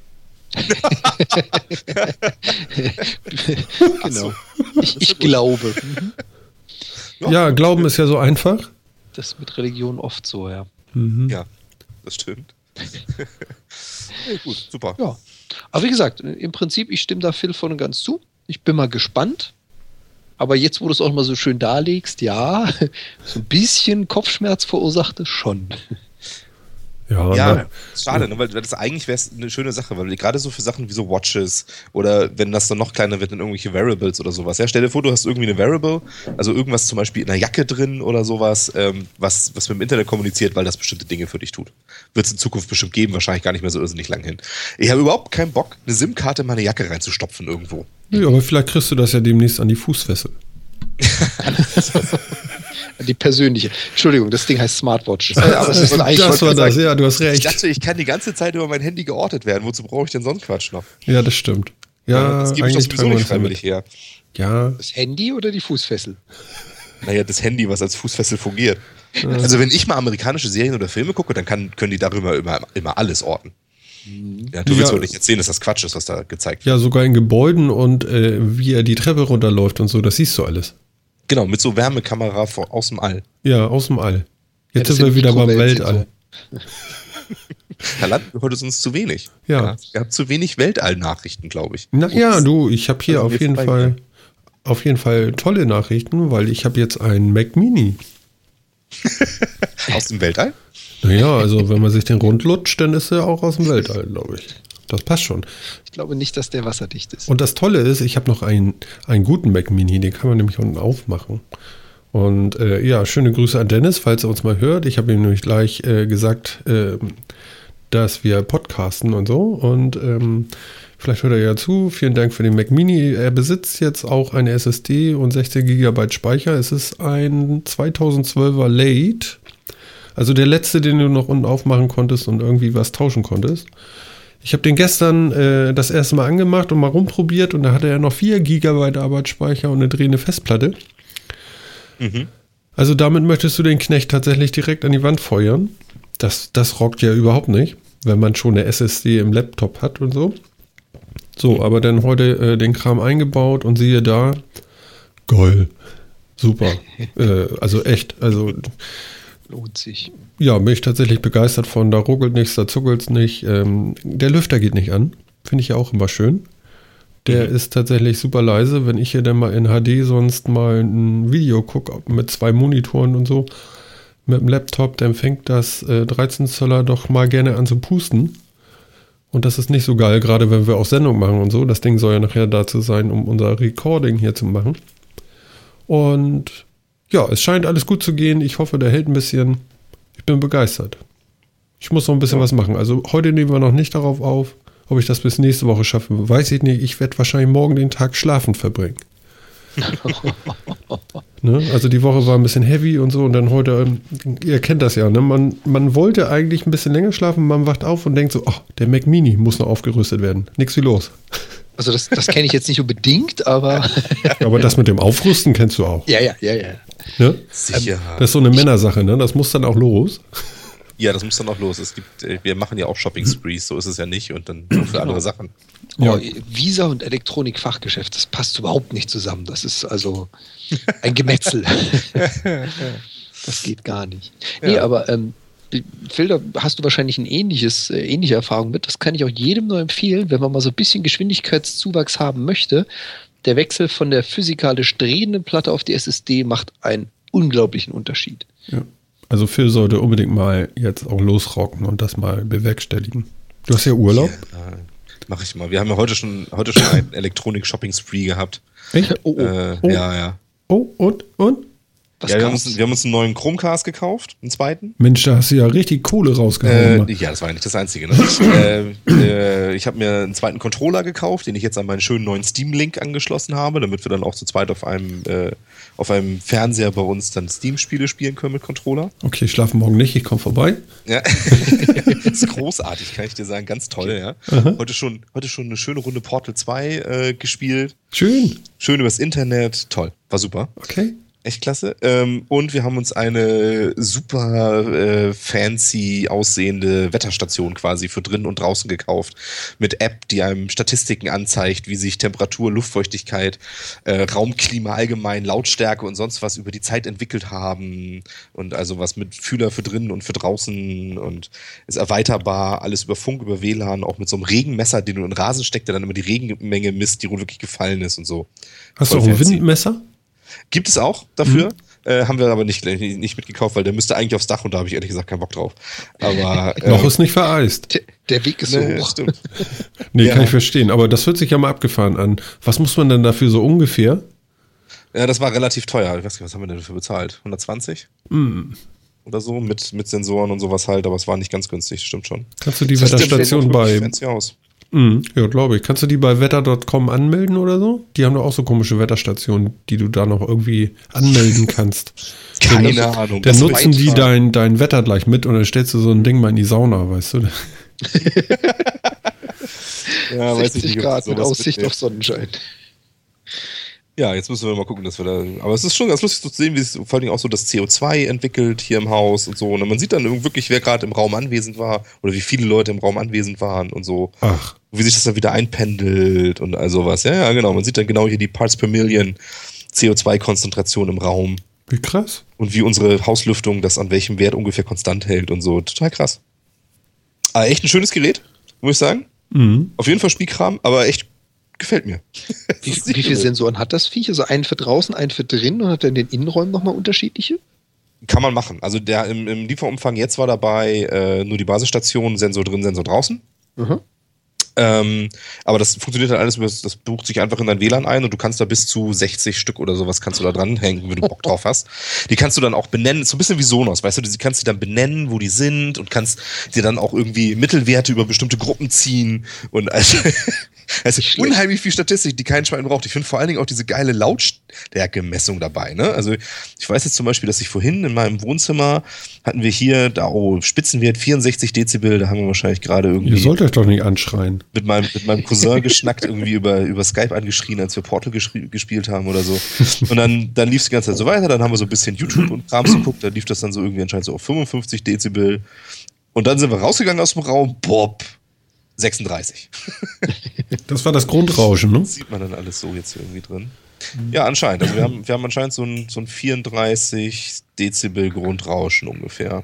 Genau. Ich, ich glaube. Mhm. Ja, ja, Glauben ist ja so einfach. Das ist mit Religion oft so, ja. Mhm. Ja, das stimmt. Ja, gut, super. Ja. Aber wie gesagt, im Prinzip, ich stimme da Phil voll und ganz zu. Ich bin mal gespannt. Aber jetzt, wo du es auch mal so schön darlegst, ja, so ein bisschen Kopfschmerz verursacht es schon. Ja, Ja, na, schade, ne, weil das eigentlich wäre es eine schöne Sache, weil gerade so für Sachen wie so Watches oder wenn das dann noch kleiner wird in irgendwelche Wearables oder sowas. Ja, stell dir vor, du hast irgendwie eine Wearable, also irgendwas zum Beispiel in einer Jacke drin oder sowas, ähm, was, was mit dem Internet kommuniziert, weil das bestimmte Dinge für dich tut. Wird es in Zukunft bestimmt geben, wahrscheinlich gar nicht mehr so irrsinnig lang hin. Ich habe überhaupt keinen Bock, eine SIM-Karte in meine Jacke reinzustopfen irgendwo. ja, aber vielleicht kriegst du das ja demnächst an die Fußfessel. Die persönliche. Entschuldigung, das Ding heißt Smartwatch. Aber es ist eigentlich Das war das, ja, du hast Ich recht. dachte, ich kann die ganze Zeit über mein Handy geortet werden. Wozu brauche ich denn sonst Quatsch noch? Ja, das stimmt. Ja, das gebe ich doch eigentlich sowieso tragen wir nicht uns damit. freiwillig her. Ja, das Handy oder die Fußfessel? Naja, das Handy, was als Fußfessel fungiert. Also wenn ich mal amerikanische Serien oder Filme gucke, dann kann, können die darüber immer, immer alles orten. Ja, du willst Ja. wohl nicht erzählen, dass das Quatsch ist, was da gezeigt wird. ja, sogar in Gebäuden und äh, wie er die Treppe runterläuft und so, das siehst du alles. Genau, mit so Wärmekamera vor, aus dem All. Ja, aus dem All. Jetzt das sind wir sind wieder beim Mikrowellensensor. Weltall. Da landen heute uns zu wenig. Ja. Ihr habt zu wenig Weltall-Nachrichten, glaube ich. Na ja, du, ich habe hier Also auf jetzt jeden bei Fall mir. auf jeden Fall tolle Nachrichten, weil ich habe jetzt einen Mac Mini. Aus dem Weltall? Naja, also wenn man sich den rund lutscht, dann ist er auch aus dem Weltall, glaube ich. Das passt schon. Ich glaube nicht, dass der wasserdicht ist. Und das Tolle ist, ich habe noch einen, einen guten Mac Mini, den kann man nämlich unten aufmachen. Und äh, ja, schöne Grüße an Dennis, falls er uns mal hört. Ich habe ihm nämlich gleich äh, gesagt, äh, dass wir podcasten und so. Und ähm, vielleicht hört er ja zu. Vielen Dank für den Mac Mini. Er besitzt jetzt auch eine S S D und sechzehn Gigabyte Speicher. Es ist ein zweitausendzwölfer Late. Also der letzte, den du noch unten aufmachen konntest und irgendwie was tauschen konntest. Ich habe den gestern äh, das erste Mal angemacht und mal rumprobiert und da hatte er noch vier Gigabyte Arbeitsspeicher und eine drehende Festplatte. Mhm. Also damit möchtest du den Knecht tatsächlich direkt an die Wand feuern. Das, das rockt ja überhaupt nicht, wenn man schon eine S S D im Laptop hat und so. So, aber dann heute äh, den Kram eingebaut und siehe da, geil, super. äh, also echt, also Lohnt sich. ja, bin ich tatsächlich begeistert von. Da ruckelt nichts, da zuckelt es nicht. Ähm, der Lüfter geht nicht an. Finde ich ja auch immer schön. Der Mhm. ist tatsächlich super leise. Wenn ich hier dann mal in H D sonst mal ein Video gucke mit zwei Monitoren und so, mit dem Laptop, dann fängt das äh, dreizehn Zöller doch mal gerne an zu pusten. Und das ist nicht so geil, gerade wenn wir auch Sendung machen und so. Das Ding soll ja nachher dazu sein, um unser Recording hier zu machen. Und ja, es scheint alles gut zu gehen. Ich hoffe, der hält ein bisschen. Ich bin begeistert. Ich muss noch ein bisschen Ja. was machen. Also heute nehmen wir noch nicht darauf auf. Ob ich das bis nächste Woche schaffe, weiß ich nicht. Ich werde wahrscheinlich morgen den Tag schlafend verbringen. Ne? Also die Woche war ein bisschen heavy und so. Und dann heute, ähm, ihr kennt das ja, ne? man, man wollte eigentlich ein bisschen länger schlafen. Man wacht auf und denkt so, ach, der Mac Mini muss noch aufgerüstet werden. Nix wie los. Also das, das kenne ich jetzt nicht unbedingt, aber Aber das mit dem Aufrüsten kennst du auch. ja, ja, ja, ja. Ne? Sicher. Das ist so eine Männersache, ne? Das muss dann auch los. Ja, das muss dann auch los. Es gibt, äh, wir machen ja auch Shopping-Sprees, so ist es ja nicht. Und dann nur für andere Sachen. Ja. Oh, Visa und Elektronik-Fachgeschäft, das passt überhaupt nicht zusammen. Das ist also ein Gemetzel. Das geht gar nicht. Nee, Ja. aber ähm, Phil, da hast du wahrscheinlich ein ähnliches, äh, ähnliche Erfahrung mit. Das kann ich auch jedem nur empfehlen, wenn man mal so ein bisschen Geschwindigkeitszuwachs haben möchte. Der Wechsel von der physikalisch drehenden Platte auf die S S D macht einen unglaublichen Unterschied. Ja. Also Phil sollte unbedingt mal jetzt auch losrocken und das mal bewerkstelligen. Du hast ja Urlaub. Ja, mach ich mal. Wir haben ja heute schon, heute schon einen Elektronik-Shopping-Spree gehabt. Echt? Oh, oh. Äh, Oh. Ja, ja. Oh, und? Und? Was ja, wir haben, gab's? uns, wir haben uns einen neuen Chromecast gekauft, einen zweiten. Mensch, da hast du ja richtig Kohle rausgehauen. Äh, ja, das war ja nicht das Einzige. Ne? äh, äh, ich habe mir einen zweiten Controller gekauft, den ich jetzt an meinen schönen neuen Steam-Link angeschlossen habe, damit wir dann auch zu zweit auf einem, äh, auf einem Fernseher bei uns dann Steam-Spiele spielen können mit Controller. Okay, ich schlafe morgen nicht, ich komme vorbei. Ja. Das ist großartig, kann ich dir sagen. Ganz toll, ja. Aha. Heute schon, heute schon eine schöne Runde Portal zwei äh, gespielt. Schön. Schön übers Internet. Toll. War super. Okay. Echt klasse. Ähm, und wir haben uns eine super äh, fancy aussehende Wetterstation quasi für drinnen und draußen gekauft. Mit App, die einem Statistiken anzeigt, wie sich Temperatur, Luftfeuchtigkeit, äh, Raumklima allgemein, Lautstärke und sonst was über die Zeit entwickelt haben. Und also was mit Fühler für drinnen und für draußen und ist erweiterbar. Alles über Funk, über W L A N, auch mit so einem Regenmesser, den du in den Rasen steckst, der dann immer die Regenmenge misst, die wohl wirklich gefallen ist und so. Hast Voll du auch ein fancy. Windmesser? Gibt es auch dafür, mhm. äh, haben wir aber nicht, nicht mitgekauft, weil der müsste eigentlich aufs Dach und da habe ich ehrlich gesagt keinen Bock drauf. Aber äh, Noch ist nicht vereist. Der, der Weg ist nee, so hoch. stimmt. Nee, Ja. kann ich verstehen. Aber das hört sich ja mal abgefahren an. Was muss man denn dafür so ungefähr? Ja, das war relativ teuer. Ich weiß nicht, was haben wir denn dafür bezahlt? hundertzwanzig? Mm. Oder so, mit, mit Sensoren und sowas halt, aber es war nicht ganz günstig, stimmt schon. Kannst du die Das sieht Wetterstation wirklich bei... fancy aus. Mm, ja, glaube ich. Kannst du die bei wetter Punkt com anmelden oder so? Die haben doch auch so komische Wetterstationen, die du da noch irgendwie anmelden kannst. Keine dann, Ahnung. Dann Das nutzen die Weit- dein, dein Wetter gleich mit und dann stellst du so ein Ding mal in die Sauna, weißt du? Ja, weiß ich sechzig nicht, ob Grad mit sowas Aussicht mitnehmen. auf Sonnenschein. Ja, jetzt müssen wir mal gucken, dass wir da. Aber es ist schon ganz lustig zu sehen, wie sich vor allen Dingen auch so das C O zwei entwickelt hier im Haus und so. Und man sieht dann wirklich, wer gerade im Raum anwesend war oder wie viele Leute im Raum anwesend waren und so. Ach, Wie sich das dann wieder einpendelt und all sowas. Ja, ja, genau. Man sieht dann genau hier die Parts per Million C O zwei Konzentration im Raum wie krass. und wie unsere Hauslüftung das an welchem Wert ungefähr konstant hält und so. Total krass. Aber echt ein schönes Gerät, muss ich sagen. Mhm. Auf jeden Fall Spielkram, aber echt gefällt mir. Wie, Das ist nicht wie viele übel. Sensoren hat das Viech? Also einen für draußen, einen für drin und hat er in den Innenräumen nochmal unterschiedliche? Kann man machen. Also der im, im Lieferumfang jetzt war dabei äh, nur die Basisstation, Sensor drin, Sensor draußen. Mhm. Ähm, aber das funktioniert dann alles, über das das bucht sich einfach in dein W L A N ein und du kannst da bis zu sechzig Stück oder sowas kannst du da dranhängen, wenn du Bock drauf hast. Die kannst du dann auch benennen, so ein bisschen wie Sonos, weißt du, du kannst die dann benennen, wo die sind und kannst dir dann auch irgendwie Mittelwerte über bestimmte Gruppen ziehen und also, also unheimlich viel Statistik, die kein Schwein braucht. Ich finde vor allen Dingen auch diese geile Lautstärke-Messung dabei, ne? Also ich weiß jetzt zum Beispiel, dass ich vorhin in meinem Wohnzimmer hatten wir hier, da oh, Spitzenwert vierundsechzig Dezibel, da haben wir wahrscheinlich gerade irgendwie Ihr sollt euch doch nicht anschreien. mit meinem, mit meinem Cousin geschnackt, irgendwie über, über Skype angeschrien, als wir Portal geschri- gespielt haben oder so. Und dann, dann lief es die ganze Zeit so weiter, dann haben wir so ein bisschen YouTube und Krams geguckt, dann lief das dann so irgendwie anscheinend so auf fünfundfünfzig Dezibel. Und dann sind wir rausgegangen aus dem Raum, bob, sechsunddreißig. Das war das Grundrauschen, ne? Das sieht man dann alles so jetzt hier irgendwie drin. Ja, anscheinend. Also wir haben, wir haben anscheinend so ein, so ein vierunddreißig Dezibel Grundrauschen ungefähr.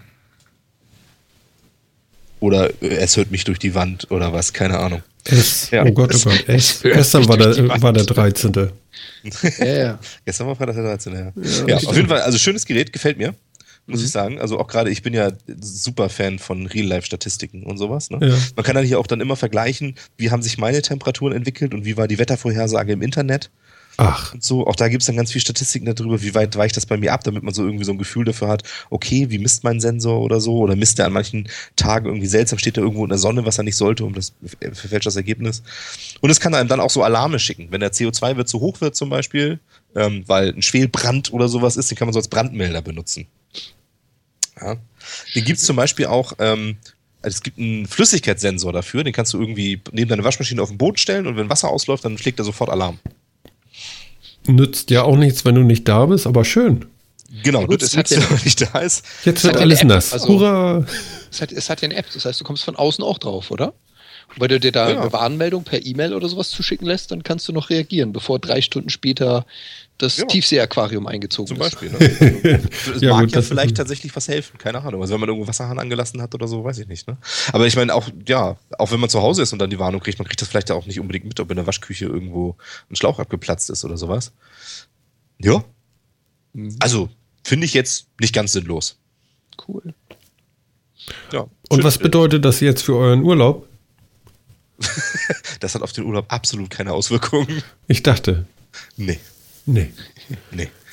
Oder äh, es hört mich durch die Wand oder was, keine Ahnung. Es, Ja. oh Gott, oh Gott. Es, hört gestern mich war durch die der, Wand. war der dreizehnte. Ja, ja. Gestern war Freitag der dreizehnte Ja, Ja, ja richtig. auf jeden Fall, also schönes Gerät, gefällt mir, muss Mhm. ich sagen. Also auch gerade, ich bin ja super Fan von Real-Life-Statistiken und sowas. Ne? Ja. Man kann dann hier auch dann immer vergleichen, wie haben sich meine Temperaturen entwickelt und wie war die Wettervorhersage im Internet. Ach, Und so, auch da gibt es dann ganz viel Statistiken darüber, wie weit weicht das bei mir ab, damit man so irgendwie so ein Gefühl dafür hat, okay, wie misst mein Sensor oder so, oder misst der an manchen Tagen irgendwie seltsam, steht da irgendwo in der Sonne, was er nicht sollte, und das verfälscht das Ergebnis. Und es kann einem dann auch so Alarme schicken, wenn der C O zwei Wert zu hoch wird zum Beispiel, ähm, weil ein Schwelbrand oder sowas ist, den kann man so als Brandmelder benutzen. Ja. Den gibt es zum Beispiel auch, ähm, also es gibt einen Flüssigkeitssensor dafür, den kannst du irgendwie neben deine Waschmaschine auf den Boden stellen und wenn Wasser ausläuft, dann schlägt er sofort Alarm. nützt ja auch nichts, wenn du nicht da bist, aber schön. Genau, Ja, gut, nützt es hat nichts, ja- wenn man nicht da ist. Jetzt Es wird hat alles eine App, nass. also- Hurra! Es hat, es hat ja eine App, das heißt, du kommst von außen auch drauf, oder? Und wenn du dir da Ja. eine Warnmeldung per E-Mail oder sowas zuschicken lässt, dann kannst du noch reagieren, bevor drei Stunden später das Ja. Tiefsee-Aquarium eingezogen Zum ist. Beispiel. Ne? Es Ja, mag gut, ja das vielleicht ist- tatsächlich was helfen, keine Ahnung. Also wenn man irgendwo Wasserhahn angelassen hat oder so, weiß ich nicht. Ne? Aber ich meine auch, ja, auch wenn man zu Hause ist und dann die Warnung kriegt, man kriegt das vielleicht auch nicht unbedingt mit, ob in der Waschküche irgendwo ein Schlauch abgeplatzt ist oder sowas. Ja, Mhm. also finde ich jetzt nicht ganz sinnlos. Cool. Ja, Und schön. was bedeutet das jetzt für euren Urlaub? Das hat auf den Urlaub absolut keine Auswirkungen. Ich dachte, Nee, nee. nee.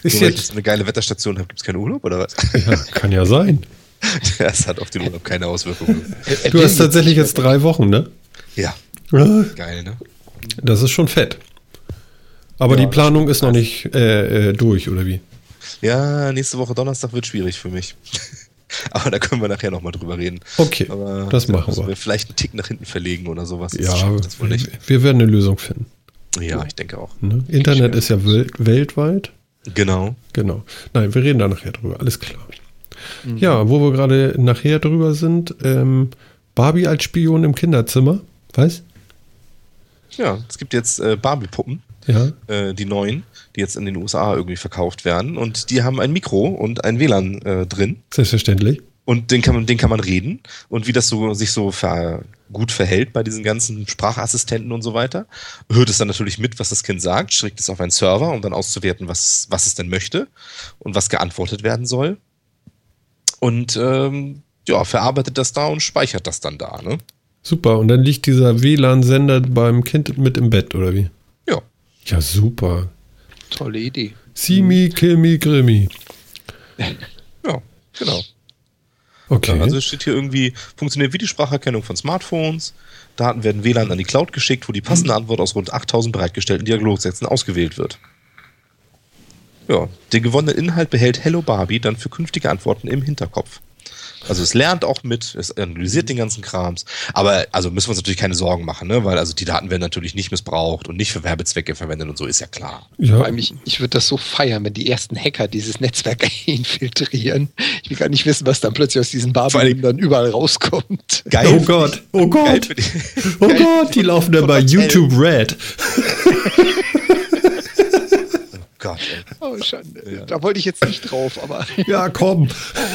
Ist Nur weil ich jetzt, jetzt eine geile Wetterstation habe, gibt es keinen Urlaub oder was? ja, kann ja sein. Das hat auf den Urlaub keine Auswirkungen. Du hast tatsächlich jetzt drei Wochen, ne? Ja, Ja, geil, ne? das ist schon fett. Aber Ja, die Planung ist noch nicht äh, äh, durch, oder wie? Ja, nächste Woche Donnerstag wird schwierig für mich. Aber da können wir nachher nochmal drüber reden. Okay, Aber das da machen müssen wir. wir vielleicht einen Tick nach hinten verlegen oder sowas. Das Ja, schafft das wohl nicht. wir werden eine Lösung finden. Ja, ich denke auch. Ne? Internet ist ja wel weltweit. Genau. Genau. Nein, wir reden da nachher drüber, alles klar. Mhm. Ja, wo wir gerade nachher drüber sind, ähm, Barbie als Spion im Kinderzimmer, weißt? Ja, es gibt jetzt äh, Barbie-Puppen, Ja. äh, die neuen, die jetzt in den U S A irgendwie verkauft werden. Und die haben ein Mikro und ein W L A N äh, drin. Selbstverständlich. Und den kann man, den kann man reden. Und wie das so sich so ver, gut verhält bei diesen ganzen Sprachassistenten und so weiter, hört es dann natürlich mit, was das Kind sagt, schickt es auf einen Server, um dann auszuwerten, was, was es denn möchte und was geantwortet werden soll. Und ähm, ja, verarbeitet das da und speichert das dann da, ne? Super, und dann liegt dieser W L A N-Sender beim Kind mit im Bett, oder wie? Ja. Ja, super. Tolle Idee. See me, kill me, grill me. Ja, genau. Okay. Ja, also es steht hier irgendwie, funktioniert wie die Spracherkennung von Smartphones. Daten werden W L A N an die Cloud geschickt, wo die passende Antwort aus rund achttausend bereitgestellten Dialogsätzen ausgewählt wird. Ja, den gewonnenen Inhalt behält Hello Barbie dann für künftige Antworten im Hinterkopf. Also es lernt auch mit, es analysiert den ganzen Krams. Aber also müssen wir uns natürlich keine Sorgen machen, ne? Weil also die Daten werden natürlich nicht missbraucht und nicht für Werbezwecke verwendet und so, ist ja klar. Ja. Vor allem, ich, ich würde das so feiern, wenn die ersten Hacker dieses Netzwerk infiltrieren. Ich will gar nicht wissen, was dann plötzlich aus diesen Barbie dann überall rauskommt. Geil. Oh Gott, oh Geil Gott. für die, Oh Gott, die laufen dann bei YouTube Red. oh Gott, ey. Oh, Schande. Ja. Da wollte ich jetzt nicht drauf, aber Ja, komm.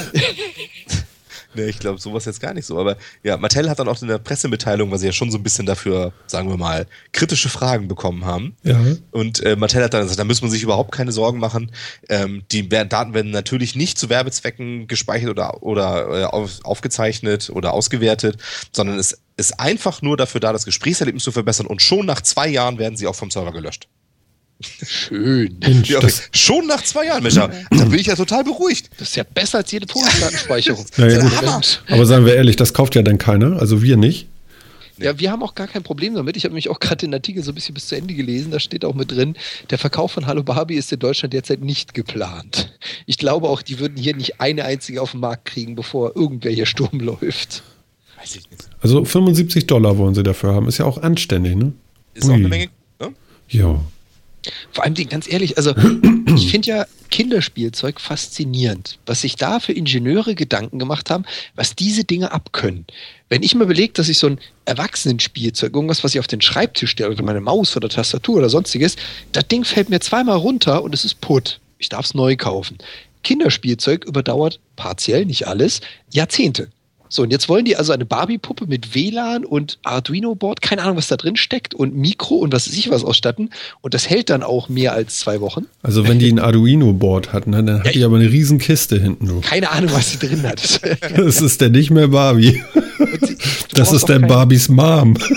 Nee, ich glaube, sowas jetzt gar nicht so. Aber ja, Mattel hat dann auch in der Pressemitteilung, weil sie ja schon so ein bisschen dafür, sagen wir mal, kritische Fragen bekommen haben. Ja. Und äh, Mattel hat dann gesagt, da muss man sich überhaupt keine Sorgen machen. Ähm, die Daten werden natürlich nicht zu Werbezwecken gespeichert oder, oder äh, auf, aufgezeichnet oder ausgewertet, sondern es ist einfach nur dafür da, das Gesprächserlebnis zu verbessern. Und schon nach zwei Jahren werden sie auch vom Server gelöscht. schön. Mensch, Ja, das, schon nach zwei Jahren, Mensch. Da bin ich ja total beruhigt. Das ist ja besser als jede Vorratsdatenspeicherung. Ja, ja, gut. Hammer. aber seien wir ehrlich, das kauft ja dann keiner, also wir nicht. Ja, wir haben auch gar kein Problem damit. Ich habe nämlich auch gerade den Artikel so ein bisschen bis zu Ende gelesen. Da steht auch mit drin, der Verkauf von Hallo Barbie ist in Deutschland derzeit nicht geplant. Ich glaube auch, die würden hier nicht eine einzige auf den Markt kriegen, bevor irgendwer hier Sturm läuft. Weiß ich nicht. Also fünfundsiebzig Dollar wollen sie dafür haben. Ist ja auch anständig, ne? Ist auch Ui. eine Menge, ne? Ja. Vor allem, ganz ehrlich, also ich finde ja Kinderspielzeug faszinierend, was sich da für Ingenieure Gedanken gemacht haben, was diese Dinge abkönnen. Wenn ich mir überlege, dass ich so ein Erwachsenenspielzeug, irgendwas, was ich auf den Schreibtisch stelle, oder meine Maus oder Tastatur oder sonstiges, das Ding fällt mir zweimal runter und es ist putt. Ich darf es neu kaufen. Kinderspielzeug überdauert partiell, nicht alles, Jahrzehnte. So, und jetzt wollen die also eine Barbie-Puppe mit W L A N und Arduino-Board, keine Ahnung, was da drin steckt, und Mikro und was weiß ich was ausstatten. Und das hält dann auch mehr als zwei Wochen. Also wenn die ein Arduino-Board hatten, dann hat Ja, die aber eine riesen Kiste hinten. Du. Keine Ahnung, was sie drin hat. Das ist dann nicht mehr Barbie. Und sie, du Das brauchst ist auch dann kein- Barbies Mom. Du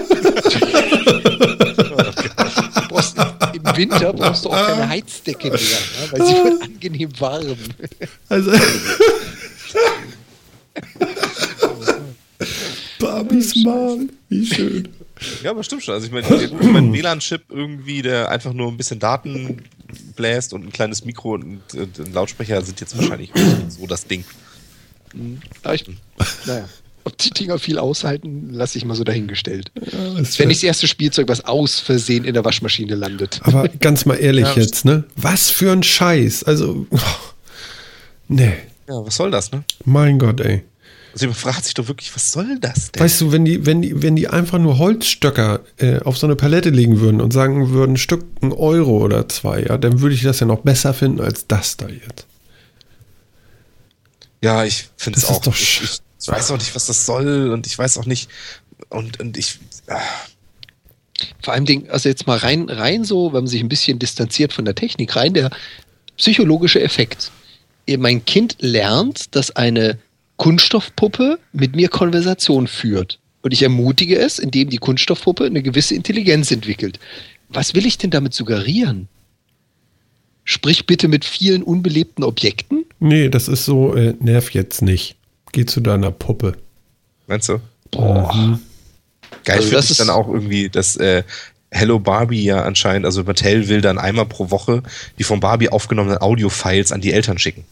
brauchst, im Winter brauchst du auch keine Heizdecke mehr, ja, weil sie wird angenehm warm. Also Barbies Mom. Wie schön. Ja, aber stimmt schon. Also ich meine, der- ich mein W L A N-Chip irgendwie, der einfach nur ein bisschen Daten bläst und ein kleines Mikro und, und ein Lautsprecher sind jetzt wahrscheinlich nicht so das Ding. Aber ich, naja, ob die Dinger viel aushalten, lasse ich mal so dahingestellt. Ja, ist Wenn schön. nicht das erste Spielzeug, was aus Versehen in der Waschmaschine landet. Aber ganz mal ehrlich Ja. jetzt, ne? Was für ein Scheiß. Also, oh, nee, Ja, was soll das, ne? mein Gott, ey. Also man fragt sich doch wirklich, was soll das denn? Weißt du, wenn die, wenn die, wenn die einfach nur Holzstöcker äh, auf so eine Palette legen würden und sagen würden, Stück ein Euro oder zwei, ja, dann würde ich das ja noch besser finden als das da jetzt. Ja, ich finde es Das ist auch. doch ich, sch- ich, ich weiß auch nicht, was das soll und ich weiß auch nicht. Und, und ich. Ah, Vor allem, Ding, also jetzt mal rein, rein so, wenn man sich ein bisschen distanziert von der Technik, rein der psychologische Effekt. Mein Kind lernt, dass eine Kunststoffpuppe mit mir Konversation führt. Und ich ermutige es, indem die Kunststoffpuppe eine gewisse Intelligenz entwickelt. Was will ich denn damit suggerieren? Sprich bitte mit vielen unbelebten Objekten? Nee, das ist so, äh, nerv jetzt nicht. Geh zu deiner Puppe. Meinst du? Boah. Mhm. Geil Also finde das ich ist- dann auch irgendwie, dass äh, Hello Barbie ja anscheinend, also Mattel will dann einmal pro Woche die von Barbie aufgenommenen Audio-Files an die Eltern schicken.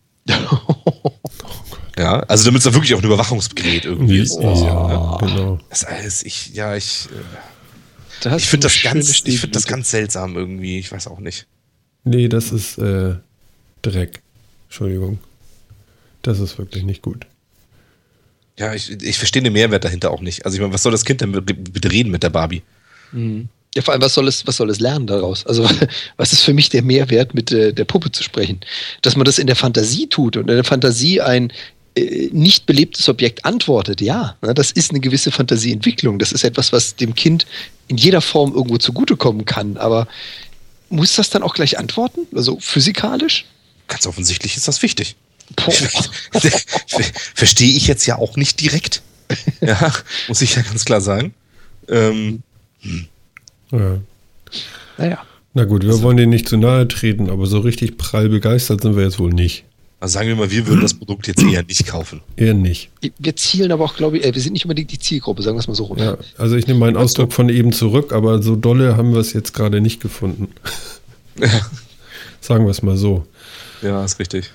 Ja, also damit es da wirklich auch ein Überwachungsgerät irgendwie ist. Ja, genau. Das alles, ich, ja, ich, äh, Da hast ich du finde eine das schöne ganz, ich finde das Stehblüte. ganz seltsam irgendwie, ich weiß auch nicht. Nee, das ist äh, Dreck. Entschuldigung. Das ist wirklich nicht gut. Ja, ich, ich verstehe den Mehrwert dahinter auch nicht. Also ich meine, was soll das Kind denn bitte reden mit der Barbie? Ja, vor allem, was soll es, was soll es lernen daraus? Also, was ist für mich der Mehrwert, mit äh, der Puppe zu sprechen? Dass man das in der Fantasie tut und in der Fantasie ein äh, nicht belebtes Objekt antwortet, ja, ne, das ist eine gewisse Fantasieentwicklung. Das ist etwas, was dem Kind in jeder Form irgendwo zugutekommen kann. Aber muss das dann auch gleich antworten? Also physikalisch? Ganz offensichtlich ist das wichtig. Boah. Verstehe ich jetzt ja auch nicht direkt. Ja, muss ich ja ganz klar sagen. Ähm, Ja. Naja. Na gut, wir wollen denen nicht zu nahe treten, aber so richtig prall begeistert sind wir jetzt wohl nicht. also sagen wir mal, wir würden das Produkt jetzt eher nicht kaufen. Eher nicht. Wir zielen aber auch, glaube ich, äh, wir sind nicht unbedingt die Zielgruppe, sagen wir es mal so rum. Ja, also ich nehme meinen Ausdruck von eben zurück, aber so dolle haben wir es jetzt gerade nicht gefunden. Ja, Sagen wir es mal so. ja, ist richtig.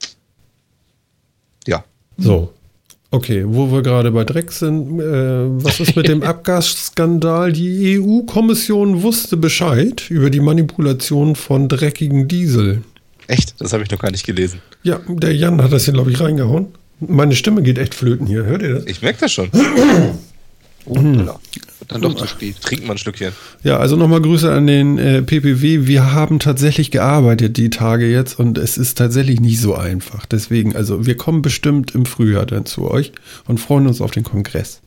Ja. So. Okay, wo wir gerade bei Dreck sind, äh, was ist mit dem Abgasskandal? Die E U-Kommission wusste Bescheid über die Manipulation von dreckigen Diesel. Echt? Das habe ich noch gar nicht gelesen. Ja, der Jan hat das hier, glaube ich, reingehauen. Meine Stimme geht echt flöten hier, hört ihr das? Ich merke das schon. Oh, ja. Dann doch zu spät. Trink mal ein Stückchen. Ja, also nochmal Grüße an den äh, P P W. Wir haben tatsächlich gearbeitet die Tage jetzt und es ist tatsächlich nicht so einfach. Deswegen, also wir kommen bestimmt im Frühjahr dann zu euch und freuen uns auf den Kongress.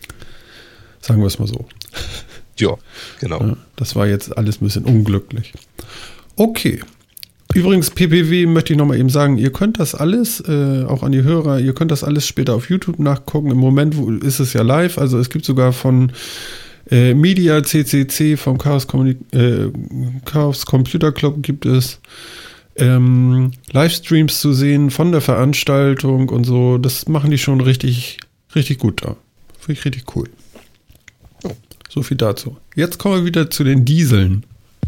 Sagen wir es mal so. Ja, genau. Ja, das war jetzt alles ein bisschen unglücklich. Okay. Übrigens, P P W möchte ich nochmal eben sagen, ihr könnt das alles, äh, auch an die Hörer, ihr könnt das alles später auf YouTube nachgucken. Im Moment wo, ist es ja live, also es gibt sogar von äh, Media C C C, vom Chaos, Communi- äh, Chaos Computer Club gibt es ähm, Livestreams zu sehen von der Veranstaltung und so. Das machen die schon richtig, richtig gut da. Finde ich richtig cool. So viel dazu. Jetzt kommen wir wieder zu den Dieseln.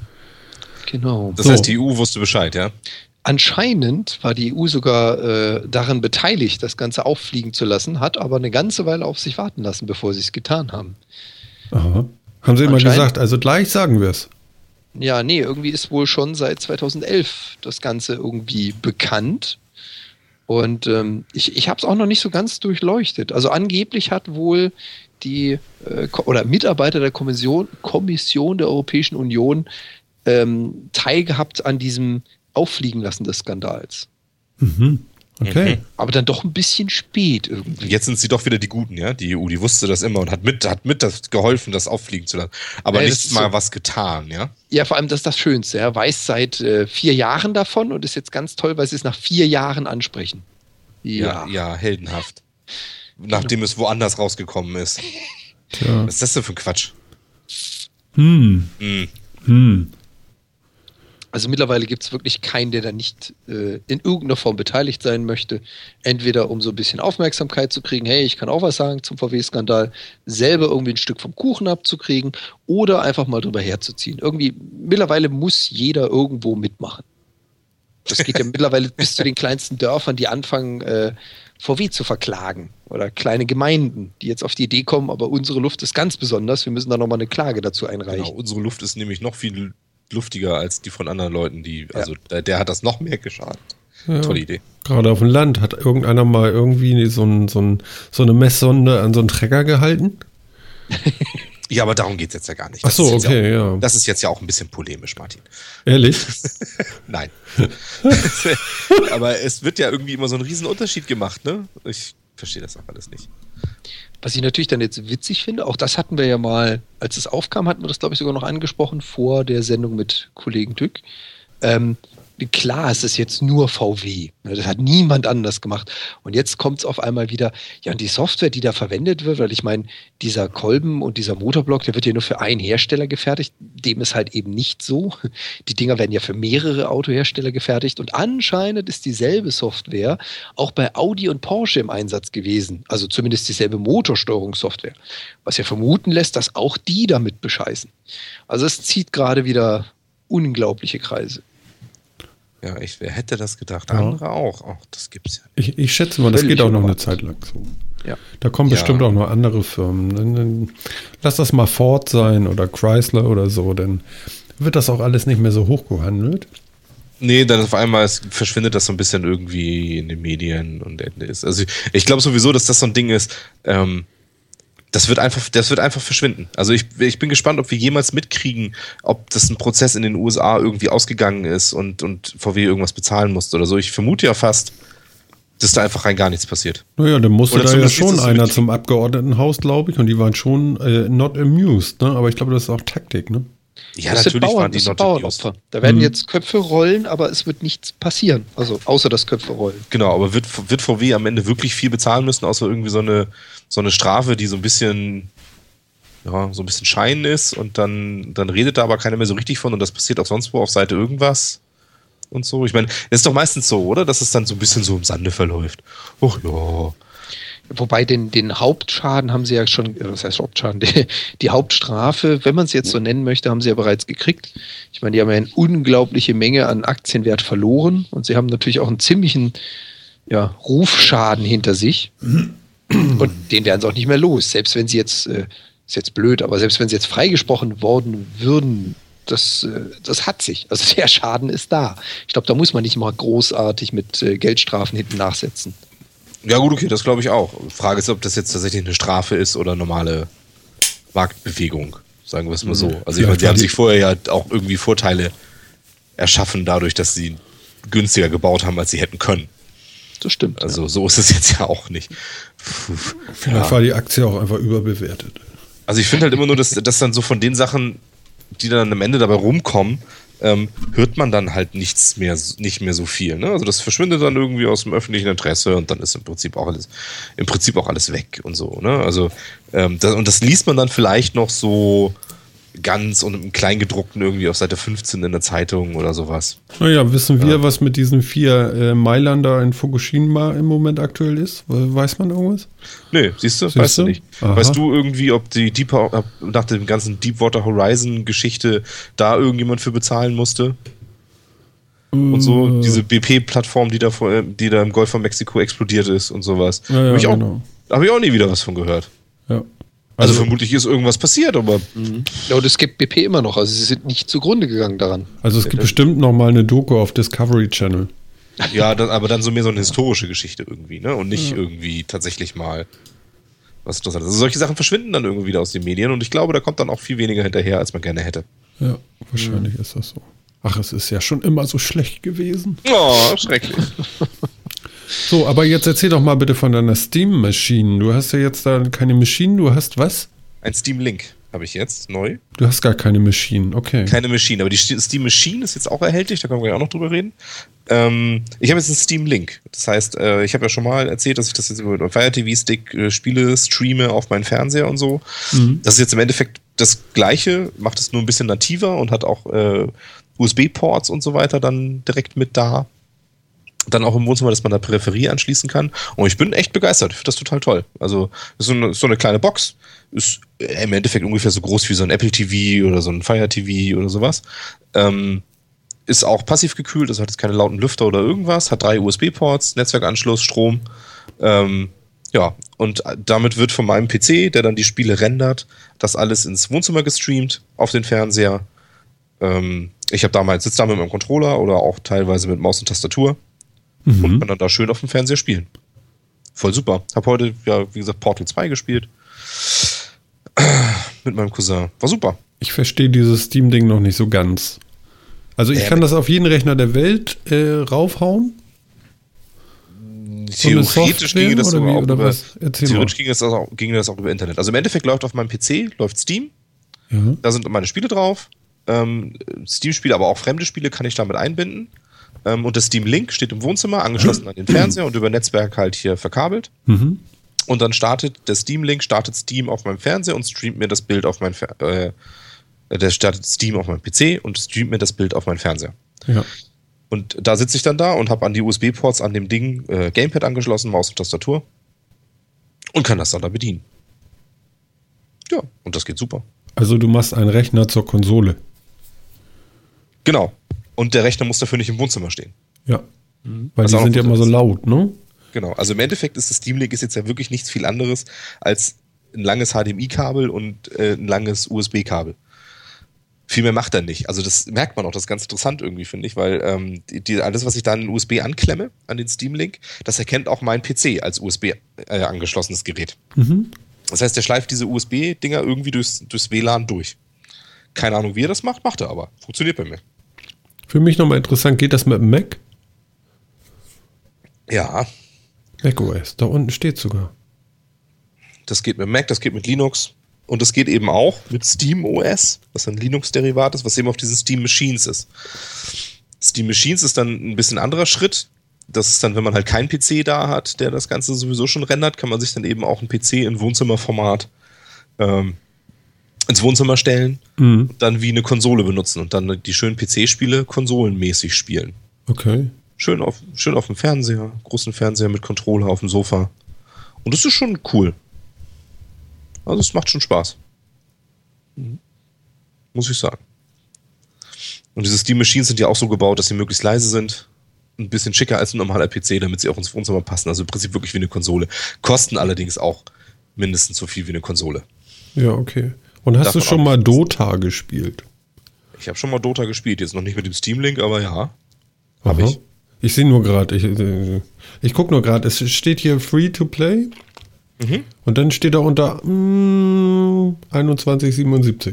Genau. Das So. heißt, die E U wusste Bescheid, ja? Anscheinend war die E U sogar äh, daran beteiligt, das Ganze auffliegen zu lassen, hat aber eine ganze Weile auf sich warten lassen, bevor sie es getan haben. Aha. Haben sie immer Anscheinend- gesagt, also gleich sagen wir es. Ja, nee, irgendwie ist wohl schon seit zweitausendelf das Ganze irgendwie bekannt. Und ähm, ich, ich habe es auch noch nicht so ganz durchleuchtet. Also angeblich hat wohl die äh, Ko- oder Mitarbeiter der Kommission, Kommission der Europäischen Union ähm, teilgehabt an diesem Auffliegen lassen des Skandals. Mhm. Okay. Aber dann doch ein bisschen spät irgendwie. Jetzt sind sie doch wieder die Guten, ja? Die E U, die wusste das immer und hat mit, hat mit das geholfen, das auffliegen zu lassen. Aber Ja, das nicht ist mal so- was getan, ja? Ja, vor allem das ist das Schönste. Er weiß seit äh, vier Jahren davon und ist jetzt ganz toll, weil sie es nach vier Jahren ansprechen. Ja, ja, heldenhaft. Nachdem es woanders rausgekommen ist. Tja. Was ist das denn für ein Quatsch? Hm. Hm. Hm. Also mittlerweile gibt es wirklich keinen, der da nicht äh, in irgendeiner Form beteiligt sein möchte. Entweder um so ein bisschen Aufmerksamkeit zu kriegen, hey, ich kann auch was sagen zum V W-Skandal, selber irgendwie ein Stück vom Kuchen abzukriegen oder einfach mal drüber herzuziehen. Irgendwie, mittlerweile muss jeder irgendwo mitmachen. Das geht ja mittlerweile bis zu den kleinsten Dörfern, die anfangen, äh, V W zu verklagen. Oder kleine Gemeinden, die jetzt auf die Idee kommen, aber unsere Luft ist ganz besonders, wir müssen da nochmal eine Klage dazu einreichen. Genau, unsere Luft ist nämlich noch viel luftiger als die von anderen Leuten, die, also der, der hat das noch mehr geschadet. Ja. Tolle Idee. Gerade auf dem Land hat irgendeiner mal irgendwie so, ein, so, ein, so eine Messsonde an so einen Trecker gehalten. Ja, aber darum geht es jetzt ja gar nicht. Ach Das so, ist jetzt okay, ja, auch, ja. Das ist jetzt ja auch ein bisschen polemisch, Martin. Ehrlich? Nein. Aber es wird ja irgendwie immer so ein Riesenunterschied gemacht, ne? Ich verstehe das auch alles nicht. Was ich natürlich dann jetzt witzig finde, auch das hatten wir ja mal, als es aufkam, hatten wir das, glaube ich, sogar noch angesprochen vor der Sendung mit Kollegen Dück. Ähm, klar, es ist jetzt nur V W. Das hat niemand anders gemacht. Und jetzt kommt es auf einmal wieder, ja, und die Software, die da verwendet wird, weil ich meine, dieser Kolben und dieser Motorblock, der wird ja nur für einen Hersteller gefertigt. Dem ist halt eben nicht so. Die Dinger werden ja für mehrere Autohersteller gefertigt. Und anscheinend ist dieselbe Software auch bei Audi und Porsche im Einsatz gewesen. Also zumindest dieselbe Motorsteuerungssoftware. Was ja vermuten lässt, dass auch die damit bescheißen. Also es zieht gerade wieder unglaubliche Kreise. Ja, ich, wer hätte das gedacht? Ja. Andere auch. Ach, das gibt's ja. Ich, ich schätze mal, das Völlig geht auch noch eine unerwartet. Zeit lang so. Ja. Da kommen Ja. bestimmt auch noch andere Firmen. Dann, dann, lass das mal Ford sein oder Chrysler oder so, dann wird das auch alles nicht mehr so hoch gehandelt. Nee, dann auf einmal ist, verschwindet das so ein bisschen irgendwie in den Medien und Ende ist. Also ich, ich glaube sowieso, dass das so ein Ding ist, ähm, das wird einfach, das wird einfach verschwinden. Also ich, ich bin gespannt, ob wir jemals mitkriegen, ob das ein Prozess in den U S A irgendwie ausgegangen ist und, und V W irgendwas bezahlen musste oder so. Ich vermute ja fast, dass da einfach rein gar nichts passiert. Naja, dann musste Oder da ja zumindest schon ist es so einer mit- zum Abgeordnetenhaus, glaube ich, und die waren schon äh, not amused, ne? Aber ich glaube, das ist auch Taktik, ne? Ja, das sind natürlich Bauern, waren die das sind not Bauernopfer. amused. Da werden Mhm. jetzt Köpfe rollen, aber es wird nichts passieren. Also außer dass Köpfe rollen. Genau, aber wird, wird V W am Ende wirklich viel bezahlen müssen, außer irgendwie so eine, so eine Strafe, die so ein bisschen, ja, so ein bisschen Schein ist und dann, dann redet da aber keiner mehr so richtig von und das passiert auch sonst wo auf Seite irgendwas und so. Ich meine, das ist doch meistens so, oder? Dass es dann so ein bisschen so im Sande verläuft. Och ja. Wobei den, den Hauptschaden haben sie ja schon, äh, was heißt Hauptschaden, die, die Hauptstrafe, wenn man es jetzt so nennen möchte, haben sie ja bereits gekriegt. Ich meine, die haben ja eine unglaubliche Menge an Aktienwert verloren und sie haben natürlich auch einen ziemlichen ja, Rufschaden hinter sich. Und den werden sie auch nicht mehr los. Selbst wenn sie jetzt, äh, ist jetzt blöd, aber selbst wenn sie jetzt freigesprochen worden würden, das, äh, das hat sich. Also der Schaden ist da. Ich glaube, da muss man nicht mal großartig mit äh, Geldstrafen hinten nachsetzen. Ja gut, okay, das glaube ich auch. Frage ist, ob das jetzt tatsächlich eine Strafe ist oder normale Marktbewegung, sagen wir es mal so. Also ich Ja, meine, sie klar, haben die- sich vorher ja auch irgendwie Vorteile erschaffen dadurch, dass sie günstiger gebaut haben, als sie hätten können. Das stimmt. Also so ist es jetzt ja auch nicht. Puh. Vielleicht Ja. war die Aktie auch einfach überbewertet. Also ich finde halt immer nur, dass, dass dann so von den Sachen, die dann am Ende dabei rumkommen, ähm, hört man dann halt nichts mehr, nicht mehr so viel. Ne? Also das verschwindet dann irgendwie aus dem öffentlichen Interesse und dann ist im Prinzip auch alles, im Prinzip auch alles weg und so. Ne? Also ähm, das, und das liest man dann vielleicht noch so ganz und im Kleingedruckten irgendwie auf Seite fünfzehn in der Zeitung oder sowas. Naja, wissen wir, Ja. was mit diesen vier äh, Meilern da in Fukushima im Moment aktuell ist? Weiß man irgendwas? Nee, siehst du? Siehst Weißt du du? nicht. Aha. Weißt du irgendwie, ob die Deep, nach dem ganzen Deepwater Horizon Geschichte da irgendjemand für bezahlen musste? Und so, Äh, diese B P-Plattform, die da vor, die da im Golf von Mexiko explodiert ist und sowas. Ja, ja, Habe ich, auch- genau. hab ich auch nie wieder was von gehört. Ja. Also, vermutlich ist irgendwas passiert, aber Ja, und es gibt B P immer noch, also sie sind nicht zugrunde gegangen daran. Also es gibt bestimmt noch mal eine Doku auf Discovery Channel. ja, dann, aber dann so mehr so eine historische Geschichte irgendwie, ne? Und nicht irgendwie tatsächlich mal was Interessantes. Also solche Sachen verschwinden dann irgendwie wieder aus den Medien und ich glaube, da kommt dann auch viel weniger hinterher, als man gerne hätte. Ja, wahrscheinlich ist das so. Ach, es ist ja schon immer so schlecht gewesen. Oh, schrecklich. So, aber jetzt erzähl doch mal bitte von deiner Steam-Maschine. Du hast ja jetzt da keine Maschinen, du hast was? Ein Steam Link habe ich jetzt, neu. Du hast gar keine Maschinen, okay. Keine Maschine, aber die Steam Machine ist jetzt auch erhältlich, da können wir ja auch noch drüber reden. Ähm, ich habe jetzt einen Steam Link. Das heißt, äh, ich habe ja schon mal erzählt, dass ich das jetzt über den Fire T V-Stick äh, Spiele streame auf meinen Fernseher und so. Mhm. Das ist jetzt im Endeffekt das Gleiche, macht es nur ein bisschen nativer und hat auch äh, U S B-Ports und so weiter dann direkt mit da. Dann auch im Wohnzimmer, dass man da Peripherie anschließen kann. Und ich bin echt begeistert. Ich finde das total toll. Also, das ist so eine, so eine kleine Box. Ist im Endeffekt ungefähr so groß wie so ein Apple T V oder so ein Fire T V oder sowas. Ähm, ist auch passiv gekühlt, also hat jetzt keine lauten Lüfter oder irgendwas. Hat drei U S B-Ports, Netzwerkanschluss, Strom. Ähm, ja, und damit wird von meinem P C, der dann die Spiele rendert, das alles ins Wohnzimmer gestreamt auf den Fernseher. Ähm, ich habe damals sitze da mit meinem Controller oder auch teilweise mit Maus und Tastatur. Mhm. Und kann dann da schön auf dem Fernseher spielen. Voll super. Hab heute, ja, wie gesagt, Portal zwei gespielt. Mit meinem Cousin. War super. Ich verstehe dieses Steam-Ding noch nicht so ganz. Also ich Ja, kann mit- das auf jeden Rechner der Welt äh, raufhauen. So eine Theoretisch Software ginge das oder sogar wie, auch oder über, was? Erzähl mal. theoretisch ging das, auch, ging das auch über Internet. Also im Endeffekt läuft auf meinem P C, läuft Steam. Ja. Da sind meine Spiele drauf. Ähm, Steam-Spiele, aber auch fremde Spiele kann ich damit einbinden. Ähm, und das Steam Link steht im Wohnzimmer, angeschlossen an den Fernseher und über Netzwerk halt hier verkabelt. Mhm. Und dann startet der Steam Link, startet Steam auf meinem Fernseher und streamt mir das Bild auf mein Fer äh, der startet Steam auf meinem P C und streamt mir das Bild auf meinen Fernseher. Ja. Und da sitze ich dann da und habe an die U S B-Ports an dem Ding äh, Gamepad angeschlossen, Maus und Tastatur und kann das dann da bedienen. Ja, und das geht super. Also du machst einen Rechner zur Konsole. Genau. Und der Rechner muss dafür nicht im Wohnzimmer stehen. Ja. Mhm. Weil Was die auch sind ja gut immer so ist. laut, ne? Genau. Also im Endeffekt ist das Steam Link ist jetzt ja wirklich nichts viel anderes als ein langes H D M I-Kabel und äh, ein langes U S B-Kabel. Viel mehr macht er nicht. Also das merkt man auch, das ist ganz interessant irgendwie, finde ich, weil ähm, die, die, alles, was ich da an den U S B anklemme, an den Steam Link, das erkennt auch mein P C als U S B äh, angeschlossenes Gerät. Mhm. Das heißt, der schleift diese U S B-Dinger irgendwie durchs, durchs W L A N durch. Keine Ahnung, wie er das macht, macht er aber. Funktioniert bei mir. Für mich nochmal interessant, geht das mit dem Mac? Ja, macOS, da unten steht sogar. das geht mit Mac, das geht mit Linux. Und das geht eben auch mit SteamOS, was ein Linux-Derivat ist, was eben auf diesen Steam Machines ist. Steam Machines ist dann ein bisschen anderer Schritt. Das ist dann, wenn man halt keinen P C da hat, der das Ganze sowieso schon rendert, kann man sich dann eben auch einen P C in Wohnzimmerformat ähm, ins Wohnzimmer stellen Mhm. und dann wie eine Konsole benutzen und dann die schönen P C-Spiele konsolenmäßig spielen. Okay. Schön auf, schön auf dem Fernseher, großen Fernseher mit Controller auf dem Sofa. Und das ist schon cool. Also es macht schon Spaß. Muss ich sagen. Und diese Steam Machines sind ja auch so gebaut, dass sie möglichst leise sind. Ein bisschen schicker als ein normaler P C, damit sie auch ins Wohnzimmer passen. Also im Prinzip wirklich wie eine Konsole. Kosten allerdings auch mindestens so viel wie eine Konsole. Ja, okay. Und hast Davon du schon ab- mal Dota gespielt? Ich habe schon mal Dota gespielt, jetzt noch nicht mit dem Steam Link, aber ja. Habe Aha. ich. Ich sehe nur gerade, ich, äh, ich gucke nur gerade, es steht hier Free to Play Mhm. und dann steht da unter mm, einundzwanzig siebenundsiebzig.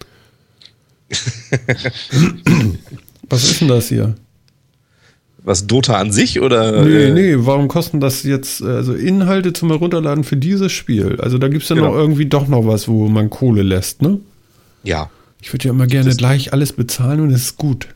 Was ist denn das hier? Was, Dota an sich oder? Nee, äh, nee, warum kosten das jetzt, äh, also Inhalte zum Herunterladen für dieses Spiel? Also da gibt es ja Genau. noch irgendwie doch noch was, wo man Kohle lässt, ne? Ja. Ich würde ja immer gerne gleich alles bezahlen und es ist gut.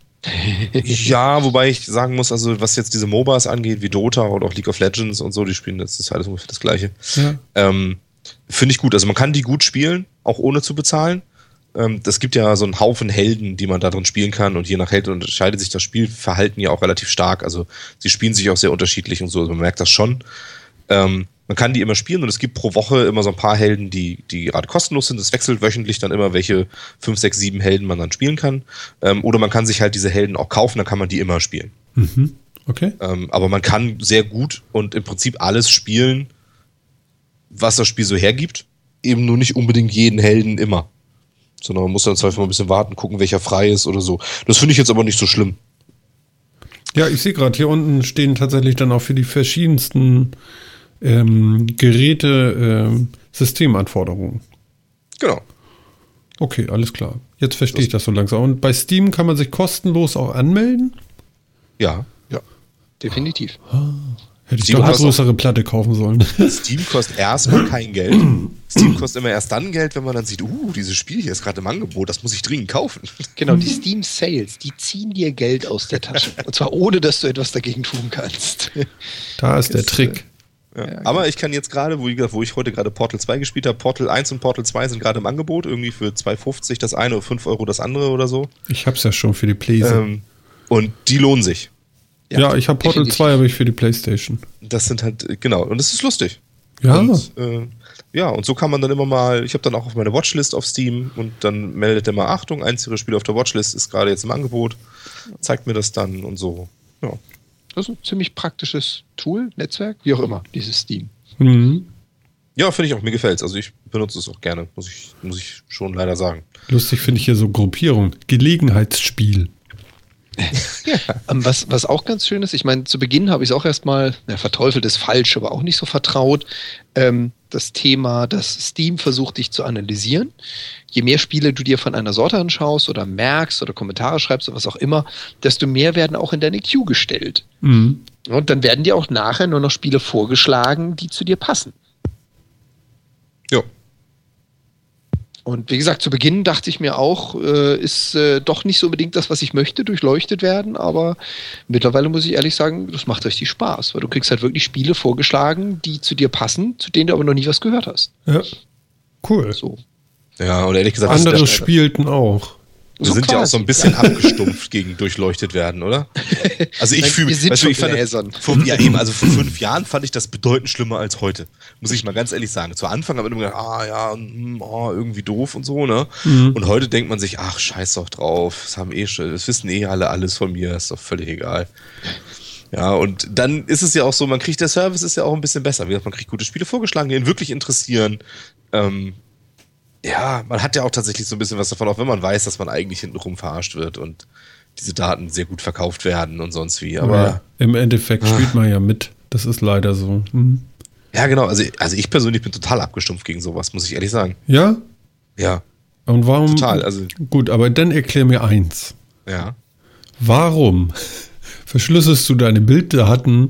Ja, wobei ich sagen muss, also was jetzt diese MOBAs angeht, wie Dota oder auch League of Legends und so, die spielen, das ist alles ungefähr das Gleiche. Ja. Ähm, Finde ich gut. Also man kann die gut spielen, auch ohne zu bezahlen. Ähm, das gibt ja so einen Haufen Helden, die man da drin spielen kann und je nach Held unterscheidet sich das Spielverhalten ja auch relativ stark. Also sie spielen sich auch sehr unterschiedlich und so, also man merkt das schon. Ähm, man kann die immer spielen und es gibt pro Woche immer so ein paar Helden, die, die gerade kostenlos sind. Es wechselt wöchentlich dann immer, welche fünf, sechs, sieben Helden man dann spielen kann. Ähm, oder man kann sich halt diese Helden auch kaufen, dann kann man die immer spielen. Mhm. Okay. Ähm, aber man kann sehr gut und im Prinzip alles spielen, was das Spiel so hergibt. Eben nur nicht unbedingt jeden Helden immer. Sondern man muss dann zwar mal ein bisschen warten, gucken, welcher frei ist oder so. Das finde ich jetzt aber nicht so schlimm. Ja, ich sehe gerade, hier unten stehen tatsächlich dann auch für die verschiedensten ähm, Geräte ähm, Systemanforderungen. Genau. Okay, alles klar. Jetzt verstehe ich das so langsam. Und bei Steam kann man sich kostenlos auch anmelden? Ja. Ja, definitiv. Hätte ich Steam doch eine kostet- größere Platte kaufen sollen. Steam kostet erstmal kein Geld. Steam kostet immer erst dann Geld, wenn man dann sieht, uh, dieses Spiel hier ist gerade im Angebot, das muss ich dringend kaufen. Genau, die Steam Sales, die ziehen dir Geld aus der Tasche. Und zwar ohne, dass du etwas dagegen tun kannst. Da ist der Ist, Trick. Ja. Ja, Aber ich kann jetzt gerade, wo, ich- wo ich heute gerade Portal zwei gespielt habe, Portal eins und Portal zwei sind gerade im Angebot, irgendwie für zwei fünfzig das eine oder fünf Euro das andere oder so. Ich hab's ja schon für die PlayStation. Ähm, und die lohnen sich. ja, ich habe Portal definitiv. zwei habe ich für die PlayStation. Das sind halt, äh, genau, und es ist lustig. Ja. Und, äh, ja, und so kann man dann immer mal, ich habe dann auch auf meine Watchlist auf Steam und dann meldet er mal, Achtung, eins ihrer Spiele auf der Watchlist ist gerade jetzt im Angebot, zeigt mir das dann und so. Ja. Das ist ein ziemlich praktisches Tool, Netzwerk, wie auch immer, dieses Steam. Mhm. Ja, finde ich auch, mir gefällt's. Also ich benutze es auch gerne, muss ich, muss ich schon leider sagen. Lustig finde ich hier so Gruppierung. Gelegenheitsspiel. Ähm, was, was auch ganz schön ist, ich meine, zu Beginn habe ich es auch erstmal, na, verteufelt ist falsch, aber auch nicht so vertraut, ähm, das Thema, dass Steam versucht, dich zu analysieren. Je mehr Spiele du dir von einer Sorte anschaust oder merkst oder Kommentare schreibst oder was auch immer, desto mehr werden auch in deine Queue gestellt. Mhm. Und dann werden dir auch nachher nur noch Spiele vorgeschlagen, die zu dir passen. Ja. Und wie gesagt, zu Beginn dachte ich mir auch, äh, ist äh, doch nicht so unbedingt das, was ich möchte, durchleuchtet werden, aber mittlerweile muss ich ehrlich sagen, das macht richtig Spaß, weil du kriegst halt wirklich Spiele vorgeschlagen, die zu dir passen, zu denen du aber noch nie was gehört hast. Ja, cool. So. Ja, und ehrlich gesagt, Andere das- spielten auch. wir So sind ja auch quasi. so ein bisschen abgestumpft gegen durchleuchtet werden, oder? Also ich Nein, fühle wir mich, sind weißt du, schon ich fand, gläsern. vor, ja eben, also vor fünf Jahren fand ich das bedeutend schlimmer als heute. Muss ich mal ganz ehrlich sagen. Zu Anfang haben wir immer gedacht, ah ja, hm, oh, irgendwie doof und so, ne? Mhm. Und heute denkt man sich, ach, scheiß doch drauf, das haben eh schon, das wissen eh alle alles von mir, ist doch völlig egal. Ja, und dann ist es ja auch so, man kriegt, der Service ist ja auch ein bisschen besser. Wie gesagt, man kriegt gute Spiele vorgeschlagen, die ihn wirklich interessieren. Ähm, ja, man hat ja auch tatsächlich so ein bisschen was davon, auch wenn man weiß, dass man eigentlich hintenrum verarscht wird und diese Daten sehr gut verkauft werden und sonst wie. Aber ja, im Endeffekt spielt man ja mit. Das ist leider so. Mhm. ja, genau. Also, also ich persönlich bin total abgestumpft gegen sowas, muss ich ehrlich sagen. Ja? Ja, Und warum? total. Also, Gut, aber dann erklär mir eins. ja. Warum verschlüsselst du deine Bilddaten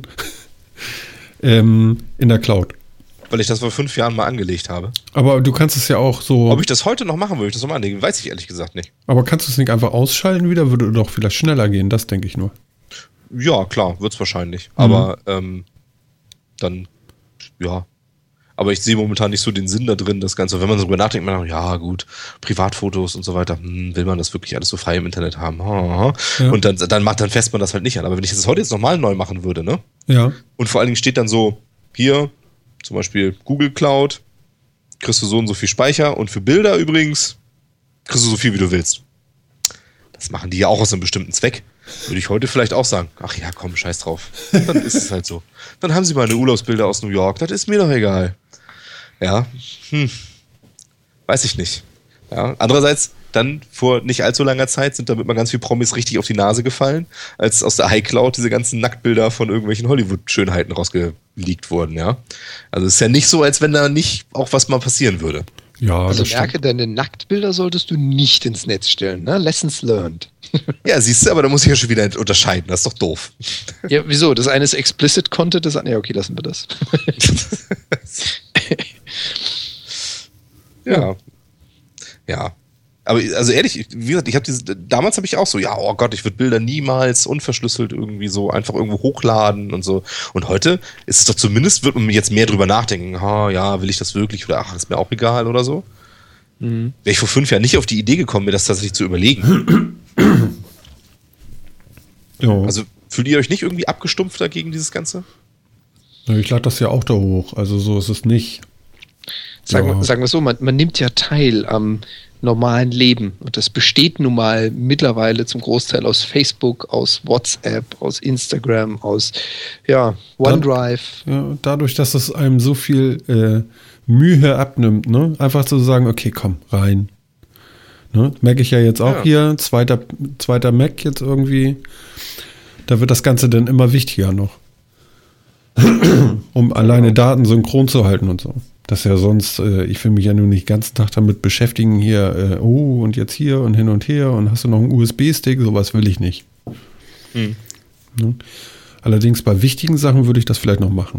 ähm, in der Cloud? Weil ich das vor fünf Jahren mal angelegt habe. Aber du kannst es ja auch so. Ob ich das heute noch machen würde, ich das nochmal anlegen, weiß ich ehrlich gesagt nicht. Aber kannst du es nicht einfach ausschalten wieder? Würde doch vielleicht schneller gehen, das denke ich nur. Ja, klar, wird's wahrscheinlich. Aber ähm, dann, ja. Aber ich sehe momentan nicht so den Sinn da drin, das Ganze. Wenn man so drüber nachdenkt, man denkt, ja gut, Privatfotos und so weiter, hm, will man das wirklich alles so frei im Internet haben? Ha, ha. Ja. Und dann, dann macht, dann fässt man das halt nicht an. Aber wenn ich das heute jetzt nochmal neu machen würde, ne? Ja. Und vor allen Dingen steht dann so, hier, zum Beispiel Google Cloud, kriegst du so und so viel Speicher und für Bilder übrigens kriegst du so viel, wie du willst. Das machen die ja auch aus einem bestimmten Zweck. Würde ich heute vielleicht auch sagen, ach ja, komm, scheiß drauf. Dann ist es halt so. Dann haben sie meine Urlaubsbilder aus New York, das ist mir doch egal. Ja, hm. Weiß ich nicht. Ja, andererseits, dann vor nicht allzu langer Zeit sind damit mal ganz viele Promis richtig auf die Nase gefallen, als aus der iCloud diese ganzen Nacktbilder von irgendwelchen Hollywood-Schönheiten rausgeleakt wurden, ja. Also es ist ja nicht so, als wenn da nicht auch was mal passieren würde. Ja, Also das stimmt. merke, deine Nacktbilder solltest du nicht ins Netz stellen, ne? Lessons learned. Ja, siehst du, aber da muss ich ja schon wieder unterscheiden, das ist doch doof. Ja, wieso? Das eine ist Explicit Content, das andere, ja, okay, lassen wir das. Ja. Ja. Aber also ehrlich, wie gesagt, ich habe diese, damals habe ich auch so, ja, oh Gott, ich würde Bilder niemals unverschlüsselt irgendwie so einfach irgendwo hochladen und so. Und heute ist es doch zumindest, wird man jetzt mehr drüber nachdenken, ha, ja, will ich das wirklich oder ach, ist mir auch egal oder so. Mhm. Wäre ich vor fünf Jahren nicht auf die Idee gekommen, mir das tatsächlich zu überlegen. Ja. Also fühlt ihr euch nicht irgendwie abgestumpft gegen dieses Ganze? Ja, ich lade das ja auch da hoch, also so ist es nicht. Sagen, Ja. wir, sagen wir so, man, man nimmt ja teil am normalen Leben und das besteht nun mal mittlerweile zum Großteil aus Facebook, aus WhatsApp, aus Instagram, aus ja, OneDrive. Ja, dadurch, dass es einem so viel äh, Mühe abnimmt, ne? Einfach zu sagen, okay, komm, rein. Ne? Merke ich ja jetzt auch Ja. hier, zweiter, zweiter Mac jetzt irgendwie. Da wird das Ganze dann immer wichtiger noch. Um alleine Daten synchron zu halten und so. Das ist ja sonst, äh, ich will mich ja nur nicht den ganzen Tag damit beschäftigen, hier, äh, oh, und jetzt hier und hin und her und hast du noch einen U S B-Stick, sowas will ich nicht. Hm. Ne? Allerdings bei wichtigen Sachen würde ich das vielleicht noch machen.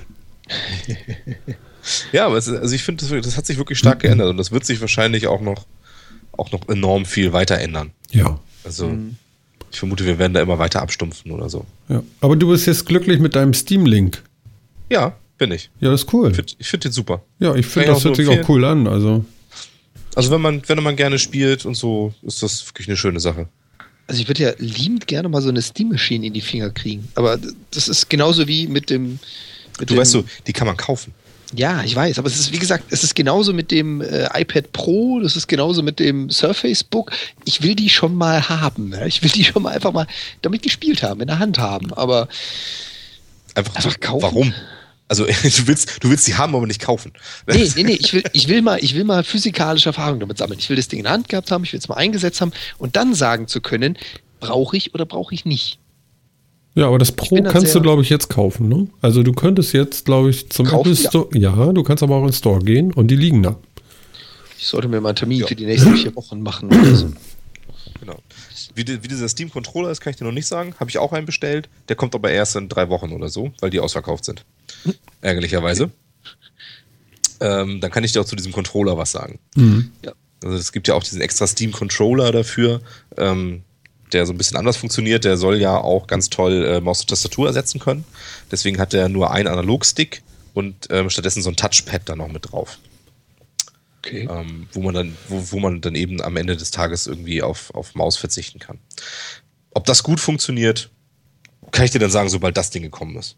Ja, aber es, ist- also ich finde, das, das hat sich wirklich stark geändert und das wird sich wahrscheinlich auch noch, auch noch enorm viel weiter ändern. Ja. Also ich vermute, wir werden da immer weiter abstumpfen oder so. Ja. Aber du bist jetzt glücklich mit deinem Steam-Link. Ja, bin ich. Ja, das ist cool. Ich finde ich find den super. Ja, ich Kann finde, ich das auch hört sich nur auch cool an. Also, Also wenn man, wenn man gerne spielt und so, ist das wirklich eine schöne Sache. Also ich würde ja liebend gerne mal so eine Steam-Maschine in die Finger kriegen. Aber das ist genauso wie mit dem... Mit Du dem, weißt so, die kann man kaufen. Ja, ich weiß, aber es ist, wie gesagt, es ist genauso mit dem äh, iPad Pro, das ist genauso mit dem Surface Book. Ich will die schon mal haben. Ja? Ich will die schon mal einfach mal damit gespielt haben, in der Hand haben. Aber Einfach, Einfach so, kaufen? Warum? Also du willst, du willst die haben, aber nicht kaufen. nee, nee, nee, ich will, ich will mal, ich will mal physikalische Erfahrung damit sammeln. Ich will das Ding in der Hand gehabt haben, ich will es mal eingesetzt haben und dann sagen zu können, brauche ich oder brauche ich nicht. ja, aber das Pro bin da kannst du, sehr- glaube ich, jetzt kaufen. Ne? Also du könntest jetzt, glaube ich, zum Kaufen, Apple ja. Store. Ja. du kannst aber auch in den Store gehen und die liegen da. Ich sollte mir mal einen Termin Ja. für die nächsten vier Wochen machen oder so. Genau. Wie, die, wie dieser Steam-Controller ist, kann ich dir noch nicht sagen. Habe ich auch einen bestellt. Der kommt aber erst in drei Wochen oder so, weil die ausverkauft sind. Ärgerlicherweise. Ähm, dann kann ich dir auch zu diesem Controller was sagen. Mhm. Ja. Also es gibt ja auch diesen extra Steam-Controller dafür, ähm, der so ein bisschen anders funktioniert. Der soll ja auch ganz toll äh, Maus und Tastatur ersetzen können. Deswegen hat er nur einen Analogstick und ähm, stattdessen so ein Touchpad da noch mit drauf. Okay. Ähm, wo man dann, wo, wo man dann eben am Ende des Tages irgendwie auf, auf Maus verzichten kann. Ob das gut funktioniert, kann ich dir dann sagen, sobald das Ding gekommen ist.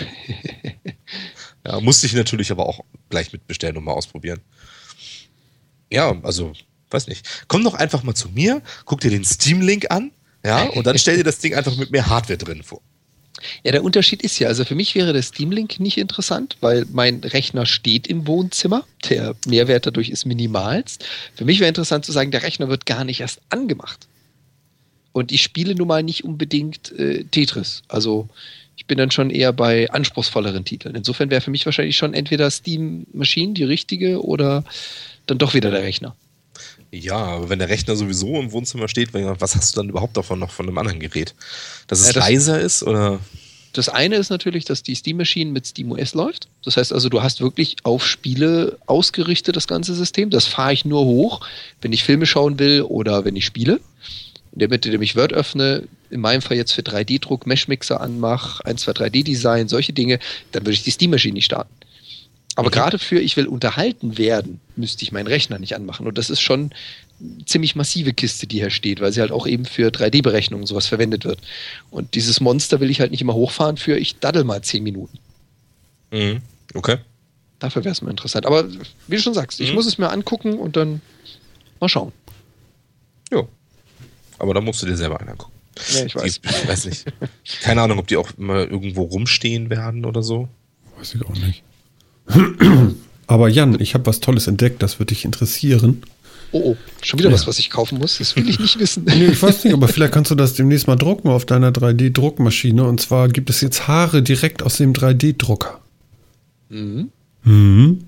Ja, musste ich natürlich aber auch gleich mitbestellen und mal ausprobieren. Ja, also, weiß nicht. Komm doch einfach mal zu mir, guck dir den Steam-Link an, ja, und dann stell dir das Ding einfach mit mehr Hardware drin vor. Ja, der Unterschied ist ja, also für mich wäre der Steam-Link nicht interessant, weil mein Rechner steht im Wohnzimmer. Der Mehrwert dadurch ist minimalst. Für mich wäre interessant zu sagen, der Rechner wird gar nicht erst angemacht. Und ich spiele nun mal nicht unbedingt äh, Tetris. Also ich bin dann schon eher bei anspruchsvolleren Titeln. Insofern wäre für mich wahrscheinlich schon entweder Steam Machine die richtige oder dann doch wieder der Rechner. Ja, aber wenn der Rechner sowieso im Wohnzimmer steht, was hast du dann überhaupt davon noch von einem anderen Gerät? Dass es ja, das, leiser ist oder? Das eine ist natürlich, dass die Steam Machine mit SteamOS läuft. Das heißt also, du hast wirklich auf Spiele ausgerichtet das ganze System. Das fahre ich nur hoch, wenn ich Filme schauen will oder wenn ich spiele. In der Mitte, indem ich Word öffne, in meinem Fall jetzt für drei D-Druck, Meshmixer anmache, eins, zwei, drei D-Design, solche Dinge, dann würde ich die Steam Machine nicht starten. Aber okay. Gerade für ich will unterhalten werden, müsste ich meinen Rechner nicht anmachen. Und das ist schon eine ziemlich massive Kiste, die hier steht, weil sie halt auch eben für drei D-Berechnungen sowas verwendet wird. Und dieses Monster will ich halt nicht immer hochfahren für ich daddel mal zehn Minuten. Mhm. Okay. Dafür wäre es mal interessant. Aber wie du schon sagst, mhm. ich muss es mir angucken und dann mal schauen. Jo. Aber da musst du dir selber einen angucken. Ja, ich weiß. Die, ich weiß nicht. Keine Ahnung, ob die auch immer irgendwo rumstehen werden oder so. Weiß ich auch nicht. Aber Jan, ich habe was Tolles entdeckt, das würde dich interessieren. Oh, oh, schon wieder ja. was, was ich kaufen muss? Das will ich nicht wissen. Nee, ich weiß nicht, aber vielleicht kannst du das demnächst mal drucken auf deiner drei D-Druckmaschine. Und zwar gibt es jetzt Haare direkt aus dem drei D-Drucker. Mhm. Mhm.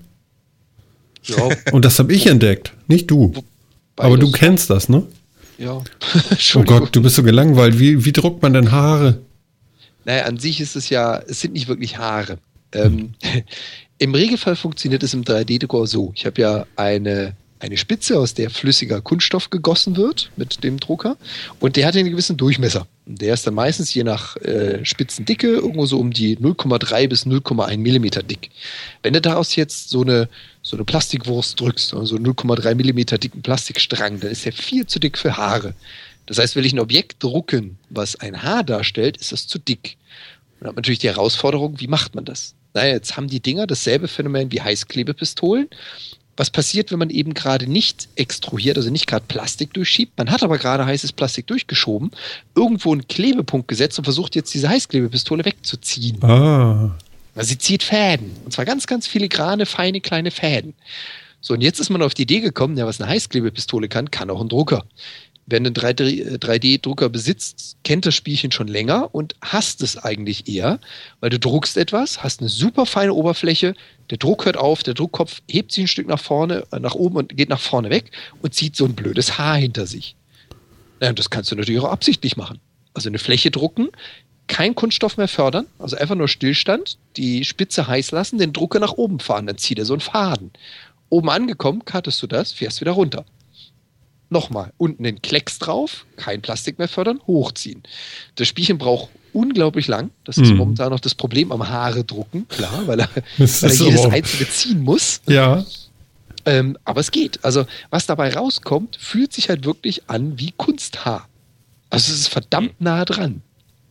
Ja. Und das habe ich entdeckt, nicht du. Beides. Aber du kennst das, ne? Ja. Oh Gott, du bist so gelangweilt. Wie, wie druckt man denn Haare? Naja, an sich ist es ja, es sind nicht wirklich Haare. Ähm, im Regelfall funktioniert es im drei D-Drucker so. Ich habe ja eine, eine Spitze, aus der flüssiger Kunststoff gegossen wird mit dem Drucker. Und der hat einen gewissen Durchmesser. Und der ist dann meistens je nach äh, Spitzendicke irgendwo so um die null Komma drei bis null Komma eins Millimeter dick. Wenn du daraus jetzt so eine, so eine Plastikwurst drückst, also null Komma drei Millimeter dicken Plastikstrang, dann ist der viel zu dick für Haare. Das heißt, will ich ein Objekt drucken, was ein Haar darstellt, ist das zu dick. Und dann hat man natürlich die Herausforderung, wie macht man das? Naja, jetzt haben die Dinger dasselbe Phänomen wie Heißklebepistolen. Was passiert, wenn man eben gerade nicht extruiert, also nicht gerade Plastik durchschiebt? Man hat aber gerade heißes Plastik durchgeschoben, irgendwo einen Klebepunkt gesetzt und versucht jetzt diese Heißklebepistole wegzuziehen. Ah. Also sie zieht Fäden. Und zwar ganz, ganz filigrane, feine, kleine Fäden. So, und jetzt ist man auf die Idee gekommen, ja, was eine Heißklebepistole kann, kann auch ein Drucker. Wer einen drei D-Drucker besitzt, kennt das Spielchen schon länger und hasst es eigentlich eher, weil du druckst etwas, hast eine super feine Oberfläche, der Druck hört auf, der Druckkopf hebt sich ein Stück nach vorne, äh, nach oben und geht nach vorne weg und zieht so ein blödes Haar hinter sich. Ja, und das kannst du natürlich auch absichtlich machen. Also eine Fläche drucken, kein Kunststoff mehr fördern, also einfach nur Stillstand, die Spitze heiß lassen, den Drucker nach oben fahren, dann zieht er so einen Faden. Oben angekommen, cuttest du das, fährst wieder runter. Nochmal, unten den Klecks drauf, kein Plastik mehr fördern, hochziehen. Das Spielchen braucht unglaublich lang. Das ist mm. momentan noch das Problem am Haare drucken, klar, weil er, weil er jedes einzelne ziehen muss. Ja. Ähm, aber es geht. Also, was dabei rauskommt, fühlt sich halt wirklich an wie Kunsthaar. Also, es ist verdammt nah dran.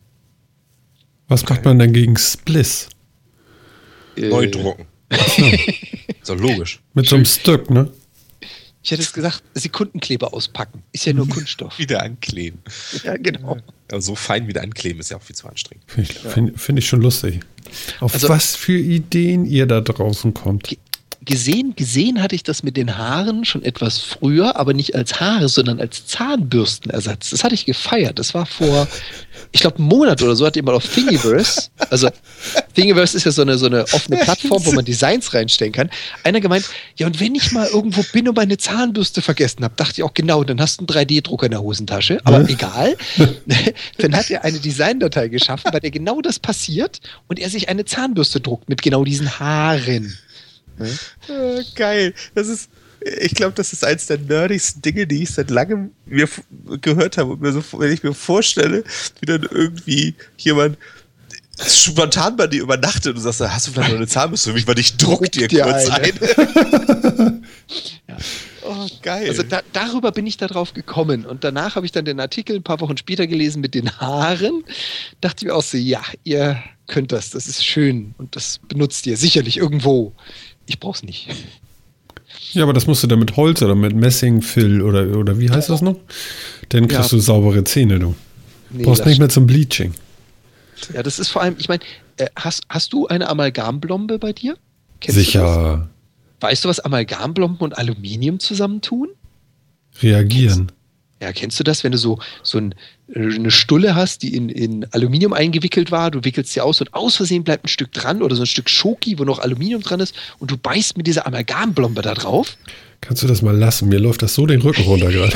Was macht man denn gegen Spliss? Äh, Neu drucken. Ist so logisch. Mit so einem Stück, ne? Ich hätte es gesagt, Sekundenkleber auspacken. Ist ja nur Kunststoff. Wieder ankleben. Ja, genau. Aber so fein wieder ankleben ist ja auch viel zu anstrengend. Finde ich, find, find ich schon lustig. Auf also, was für Ideen ihr da draußen kommt. Gesehen, gesehen hatte ich das mit den Haaren schon etwas früher, aber nicht als Haare, sondern als Zahnbürstenersatz. Das hatte ich gefeiert. Das war vor, ich glaube, einem Monat oder so, hat jemand auf Thingiverse, also Thingiverse ist ja so eine, so eine offene Plattform, wo man Designs reinstellen kann. Einer gemeint, ja, und wenn ich mal irgendwo bin und meine Zahnbürste vergessen habe, dachte ich auch, genau, dann hast du einen drei D-Drucker in der Hosentasche, aber hm? egal. Dann hat er eine Designdatei geschaffen, bei der genau das passiert und er sich eine Zahnbürste druckt mit genau diesen Haaren. Hm? Äh, geil. Das ist, Ich glaube, das ist eins der nerdigsten Dinge, die ich seit langem mir f- gehört habe. Und mir so, wenn ich mir vorstelle, wie dann irgendwie jemand spontan bei dir übernachtet und du sagst, hast du vielleicht noch eine Zahnbürste für mich, weil ich druck, druck dir, dir kurz eine. ein. Ja. Oh, geil. Also da, darüber bin ich da drauf gekommen. Und danach habe ich dann den Artikel ein paar Wochen später gelesen mit den Haaren. Dachte ich mir auch so, ja, ihr könnt das, das ist schön. Und das benutzt ihr sicherlich irgendwo. Ich brauch's nicht. Ja, aber das musst du dann mit Holz oder mit Messingfill oder, oder wie heißt das noch? Dann kriegst ja. du saubere Zähne, du. Nee, brauchst nicht mehr zum Bleaching. Ja, das ist vor allem, ich meine, äh, hast, hast du eine Amalgamblombe bei dir? Kennst Sicher. Du weißt du, was Amalgamblomben und Aluminium zusammentun? Reagieren. Kennst, ja, kennst du das, wenn du so, so ein, eine Stulle hast, die in, in Aluminium eingewickelt war, du wickelst sie aus und aus Versehen bleibt ein Stück dran oder so ein Stück Schoki, wo noch Aluminium dran ist und du beißt mit dieser Amalgamblombe da drauf? Kannst du das mal lassen? Mir läuft das so den Rücken runter gerade.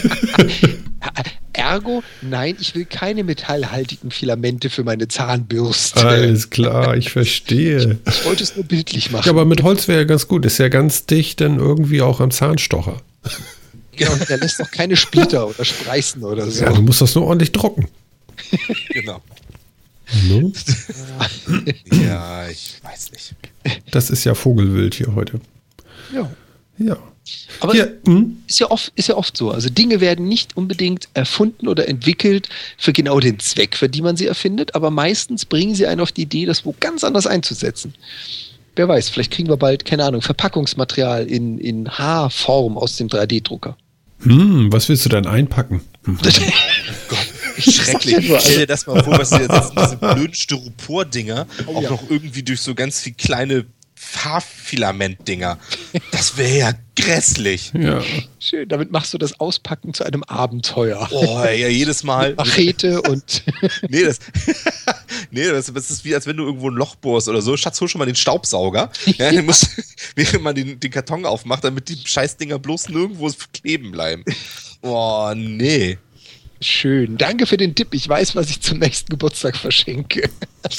Ergo, nein, ich will keine metallhaltigen Filamente für meine Zahnbürste. Alles klar, ich verstehe. Ich wollte es nur bildlich machen. Ja, aber mit Holz wäre ja ganz gut. Ist ja ganz dicht dann irgendwie auch am Zahnstocher. Genau, der lässt auch keine Splitter oder Spreißen oder so. Ja, du musst das nur ordentlich drucken. Genau. No? Ja, ich weiß nicht. Das ist ja Vogelwild hier heute. Ja. Ja. Aber hier, hm? ist, ja oft, ist ja oft so. Also Dinge werden nicht unbedingt erfunden oder entwickelt für genau den Zweck, für die man sie erfindet, aber meistens bringen sie einen auf die Idee, das wo ganz anders einzusetzen. Wer weiß, vielleicht kriegen wir bald, keine Ahnung, Verpackungsmaterial in, in Haarform aus dem drei D Drucker. Hm, was willst du denn einpacken? Hm. Oh Gott, schrecklich. Ja, stell dir das mal vor, was jetzt diese blöden Styropor-Dinger oh, auch ja. noch irgendwie durch so ganz viel kleine Fahrfilament-Dinger. Das wäre ja grässlich. Ja. Schön, damit machst du das Auspacken zu einem Abenteuer. Oh, ja, jedes Mal. Machete und... nee, das, nee das, das ist wie, als wenn du irgendwo ein Loch bohrst oder so. Schatz, hol schon mal den Staubsauger. Ja, den musst, während man den, den Karton aufmacht, damit die Scheißdinger bloß nirgendwo kleben bleiben. Oh, nee. Schön. Danke für den Tipp. Ich weiß, was ich zum nächsten Geburtstag verschenke.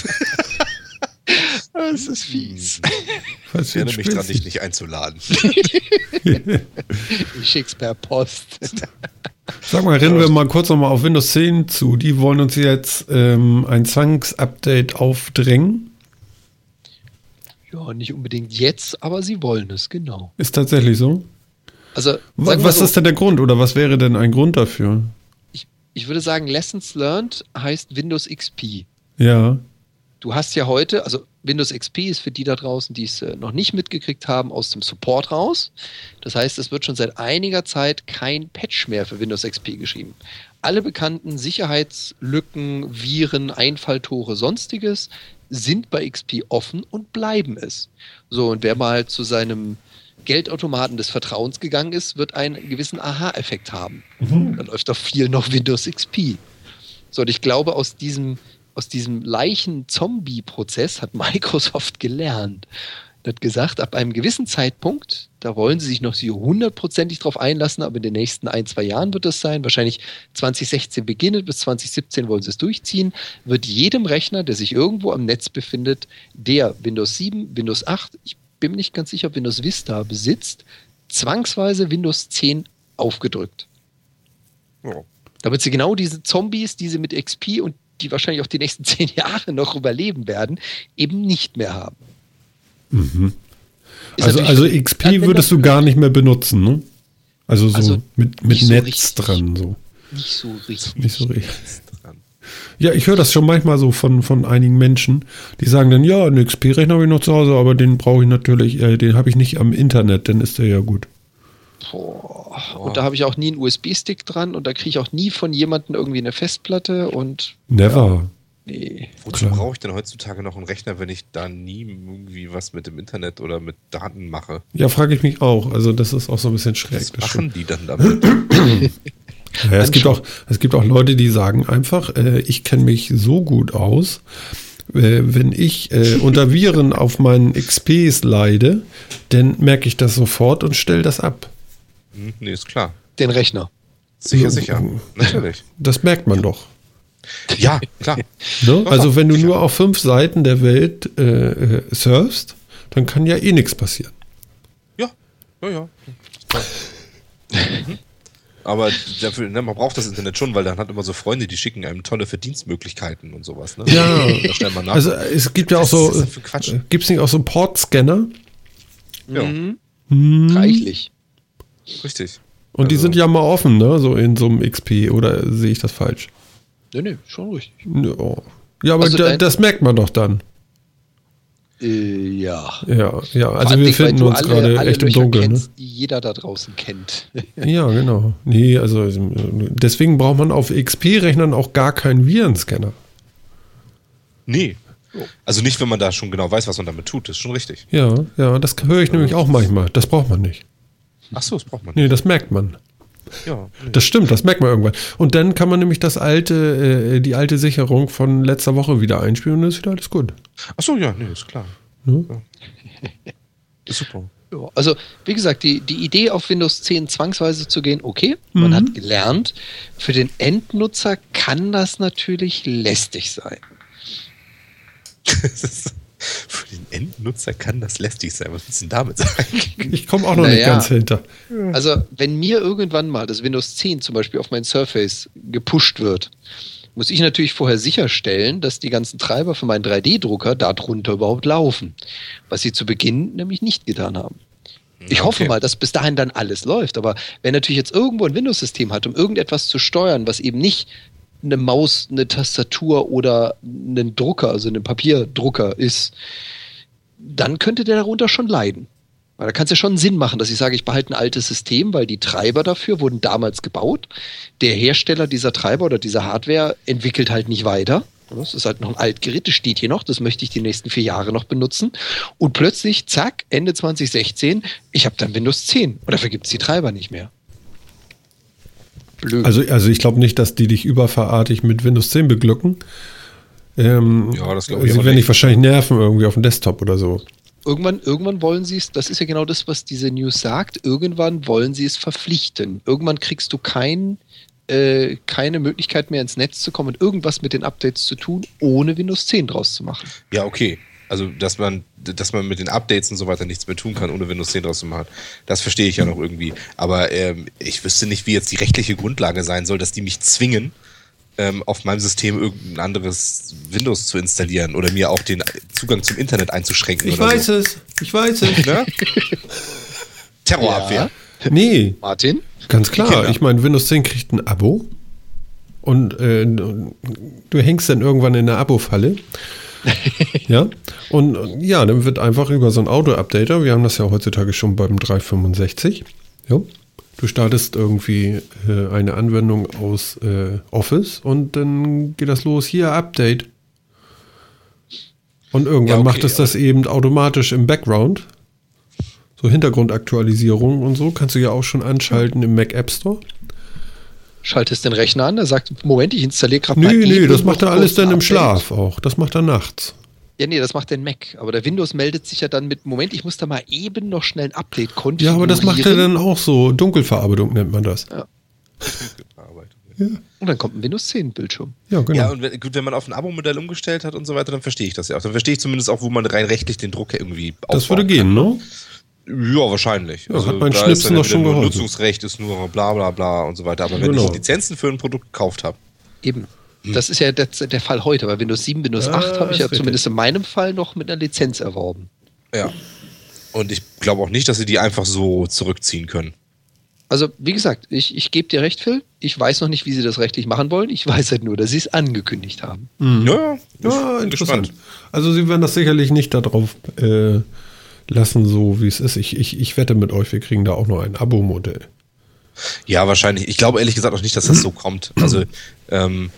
Das ist fies. Ich erinnere mich dran, dich nicht einzuladen. Ich schick's per Post. Sag mal, rennen wir mal kurz nochmal auf Windows zehn zu. Die wollen uns jetzt ähm, ein Zwangsupdate aufdrängen. Ja, nicht unbedingt jetzt, aber sie wollen es, genau. Ist tatsächlich so? Also, was was so, ist denn der Grund oder was wäre denn ein Grund dafür? Ich, ich würde sagen, Lessons Learned heißt Windows X P. Ja. Du hast ja heute, also Windows X P ist für die da draußen, die es äh, noch nicht mitgekriegt haben, aus dem Support raus. Das heißt, es wird schon seit einiger Zeit kein Patch mehr für Windows X P geschrieben. Alle bekannten Sicherheitslücken, Viren, Einfalltore, sonstiges sind bei X P offen und bleiben es. So, und wer mal zu seinem Geldautomaten des Vertrauens gegangen ist, wird einen gewissen Aha-Effekt haben. Mhm. Da läuft doch viel noch Windows X P. So, und ich glaube, aus diesem Aus diesem Leichen-Zombie-Prozess hat Microsoft gelernt. Er hat gesagt, ab einem gewissen Zeitpunkt, da wollen sie sich noch so hundertprozentig drauf einlassen, aber in den nächsten ein, zwei Jahren wird das sein, wahrscheinlich zwanzig sechzehn beginnen, bis zwanzig siebzehn wollen sie es durchziehen, wird jedem Rechner, der sich irgendwo am Netz befindet, der Windows sieben, Windows acht, ich bin mir nicht ganz sicher, ob Windows Vista besitzt, zwangsweise Windows zehn aufgedrückt. Oh. Damit sie genau diese Zombies, die sie mit X P und die wahrscheinlich auch die nächsten zehn Jahre noch überleben werden, eben nicht mehr haben. Mhm. Also, also X P würdest du gar nicht mehr benutzen, ne? Also so also mit, mit Netz so richtig, dran. So. Nicht so richtig. Nicht so richtig. Ja, ich höre das schon manchmal so von, von einigen Menschen, die sagen dann, ja, einen X P-Rechner habe ich noch zu Hause, aber den brauche ich natürlich, äh, den habe ich nicht am Internet, dann ist der ja gut. Boah. Und da habe ich auch nie einen U S B-Stick dran und da kriege ich auch nie von jemandem irgendwie eine Festplatte und... Never. Ja, nee. Wozu brauche ich denn heutzutage noch einen Rechner, wenn ich da nie irgendwie was mit dem Internet oder mit Daten mache? Ja, frage ich mich auch. Also das ist auch so ein bisschen schräg. Was machen die dann damit? Ja, es gibt auch, es gibt auch Leute, die sagen einfach, äh, ich kenne mich so gut aus, äh, wenn ich äh, unter Viren auf meinen X Ps leide, dann merke ich das sofort und stelle das ab. Nee, ist klar. Den Rechner. Sicher, sicher. Natürlich. Das merkt man doch. Ja, klar. Ne? Also wenn du sicher. nur auf fünf Seiten der Welt äh, surfst, dann kann ja eh nichts passieren. Ja, ja, ja. Aber dafür, ne, man braucht das Internet schon, weil dann hat immer so Freunde, die schicken einem tolle Verdienstmöglichkeiten und sowas. Ne? Ja, da stellt man nach. Also es gibt ja auch Was so, ist das für Quatsch? gibt es nicht auch so Portscanner? Ja, Mhm. Hm. Reichlich. richtig. Und die Also- sind ja mal offen, ne? So in so einem X P, oder sehe ich das falsch? Nee, nee, schon richtig. Ja, ja aber Also da, dein- das merkt man doch dann. Äh, ja. Ja, ja, Vor also allem, wir weil finden du uns alle- gerade alle echt im Löcher Dunkeln. Ne? kennst, die jeder da draußen kennt. Ja, genau. Nee, also deswegen braucht man auf X P-Rechnern auch gar keinen Virenscanner. Nee. Also nicht, wenn man da schon genau weiß, was man damit tut. Das ist schon richtig. Ja, ja, das höre ich nämlich auch manchmal. Das braucht man nicht. Ach so, das braucht man Nee, nicht. das merkt man. Ja, nee. Das stimmt, das merkt man irgendwann. Und dann kann man nämlich das alte, äh, die alte Sicherung von letzter Woche wieder einspielen und dann ist wieder alles gut. Ach so, ja, nee, ist klar. Ne? Ja. Ist super. Ja, also, wie gesagt, die, die Idee auf Windows zehn zwangsweise zu gehen, okay, man Mhm. hat gelernt. Für den Endnutzer kann das natürlich lästig sein. Das ist, für den Endnutzer kann das lästig sein. Was willst du denn damit sagen? Ich komme auch noch nicht Naja. ganz hinter. Also, wenn mir irgendwann mal das Windows zehn zum Beispiel auf mein Surface gepusht wird, muss ich natürlich vorher sicherstellen, dass die ganzen Treiber für meinen drei D-Drucker darunter überhaupt laufen. Was sie zu Beginn nämlich nicht getan haben. Ich hoffe Okay. mal, dass bis dahin dann alles läuft. Aber wer natürlich jetzt irgendwo ein Windows-System hat, um irgendetwas zu steuern, was eben nicht eine Maus, eine Tastatur oder ein Drucker, also ein Papierdrucker ist, dann könnte der darunter schon leiden. Weil da kann es ja schon Sinn machen, dass ich sage, ich behalte ein altes System, weil die Treiber dafür wurden damals gebaut. Der Hersteller dieser Treiber oder dieser Hardware entwickelt halt nicht weiter. Das ist halt noch ein Altgerät, das steht hier noch, das möchte ich die nächsten vier Jahre noch benutzen. Und plötzlich, zack, Ende zwanzig sechzehn, ich habe dann Windows zehn. Und dafür gibt es die Treiber nicht mehr. Blöd. Also, also ich glaube nicht, dass die dich überverartig mit Windows zehn beglücken. Ähm, Ja, das glaube ich Sie auch werden dich nicht. wahrscheinlich nerven irgendwie auf dem Desktop oder so. Irgendwann, irgendwann wollen sie es, das ist ja genau das, was diese News sagt, irgendwann wollen sie es verpflichten. Irgendwann kriegst du kein, äh, keine Möglichkeit mehr ins Netz zu kommen und irgendwas mit den Updates zu tun, ohne Windows zehn draus zu machen. Ja, okay. Also, dass man, dass man mit den Updates und so weiter nichts mehr tun kann, ohne Windows zehn draus zu machen. Das verstehe ich ja noch irgendwie. Aber ähm, ich wüsste nicht, wie jetzt die rechtliche Grundlage sein soll, dass die mich zwingen, ähm, auf meinem System irgendein anderes Windows zu installieren oder mir auch den Zugang zum Internet einzuschränken. oder so. es, ich weiß es. Ne? Terrorabwehr. Nee, Martin? ganz klar. Kinder. Ich meine, Windows zehn kriegt ein Abo und äh, du hängst dann irgendwann in der Abo-Falle. Ja, und und ja, dann wird einfach über so ein Auto-Updater, wir haben das ja heutzutage schon beim dreihundertfünfundsechzig, ja, du startest irgendwie äh, eine Anwendung aus äh, Office und dann geht das los, hier Update. Und irgendwann Ja, okay, macht es das eben automatisch im Background. So Hintergrundaktualisierung und so kannst du ja auch schon anschalten im Mac App Store. Schaltest den Rechner an, er sagt, Moment, ich installiere gerade Nö, mal nö, eben das macht er noch alles kurz ein dann im Update. Schlaf auch. Das macht er nachts. Ja, nee, das macht der Mac. Aber der Windows meldet sich ja dann mit, Moment, ich muss da mal eben noch schnell ein Update Ja, konfigurieren. aber das macht er dann auch so. Dunkelverarbeitung nennt man das. Und dann kommt ein Windows zehn Bildschirm. Ja, genau. Ja, und wenn, gut, wenn man auf ein Abo-Modell umgestellt hat und so weiter, dann verstehe ich das ja auch. Dann verstehe ich zumindest auch, wo man rein rechtlich den Druck irgendwie aufbauen das würde kann. gehen, ne? Ja, wahrscheinlich. Ja, hat mein da ist Schnipsen dann doch wieder schon nur geholfen. Nutzungsrecht ist nur bla bla bla und so weiter. Aber wenn Genau. ich Lizenzen für ein Produkt gekauft habe, Eben. Das ist ja der, der Fall heute. Bei Windows sieben, Windows Ja, acht habe ich ist ja richtig. zumindest in meinem Fall noch mit einer Lizenz erworben. ja. Und ich glaube auch nicht, dass sie die einfach so zurückziehen können. Also, wie gesagt, ich, ich gebe dir recht, Phil. Ich weiß noch nicht, wie sie das rechtlich machen wollen. Ich weiß halt nur, dass sie es angekündigt haben. Mhm. Ja, ja. Ja, bin interessant. gespannt. Also sie werden das sicherlich nicht darauf äh, lassen, so wie es ist. Ich, ich, ich wette mit euch, wir kriegen da auch noch ein Abo-Modell. Ja, wahrscheinlich. Ich glaube ehrlich gesagt auch nicht, dass das so kommt. Also, ähm,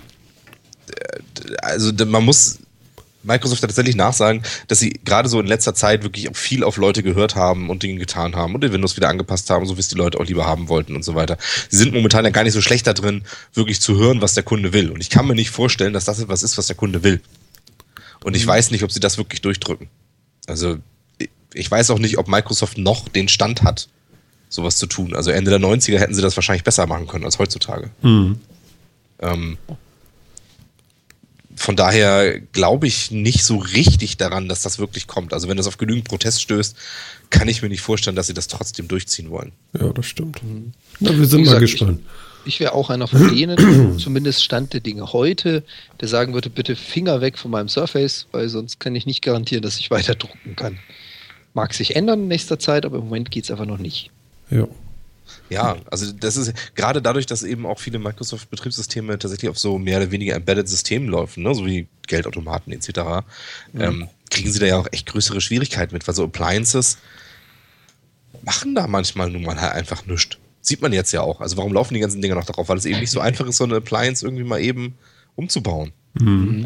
also man muss Microsoft tatsächlich nachsagen, dass sie gerade so in letzter Zeit wirklich auch viel auf Leute gehört haben und Dinge getan haben und den Windows wieder angepasst haben, so wie es die Leute auch lieber haben wollten und so weiter. Sie sind momentan ja gar nicht so schlecht da drin, wirklich zu hören, was der Kunde will. Und ich kann mir nicht vorstellen, dass das etwas ist, was der Kunde will. Und ich weiß nicht, ob sie das wirklich durchdrücken. Also ich weiß auch nicht, ob Microsoft noch den Stand hat, sowas zu tun. Also Ende der neunziger hätten sie das wahrscheinlich besser machen können als heutzutage. Mhm. Ähm, von daher glaube ich nicht so richtig daran, dass das wirklich kommt. Also wenn das auf genügend Protest stößt, kann ich mir nicht vorstellen, dass sie das trotzdem durchziehen wollen. Ja, das stimmt. Mhm. Na, wir sind gesagt, mal gespannt. Ich, ich wäre auch einer von denen, zumindest Stand der Dinge heute, der sagen würde, bitte Finger weg von meinem Surface, weil sonst kann ich nicht garantieren, dass ich weiter drucken kann. Mag sich ändern in nächster Zeit, aber im Moment geht es einfach noch nicht. Ja. Ja, also das ist gerade dadurch, dass eben auch viele Microsoft-Betriebssysteme tatsächlich auf so mehr oder weniger embedded Systemen laufen, ne, so wie Geldautomaten et cetera, mhm. ähm, kriegen sie da ja auch echt größere Schwierigkeiten mit, weil so Appliances machen da manchmal nun mal halt einfach nichts. Sieht man jetzt ja auch. Also warum laufen die ganzen Dinger noch darauf? Weil es eben nicht so einfach ist, so eine Appliance irgendwie mal eben umzubauen. Mhm.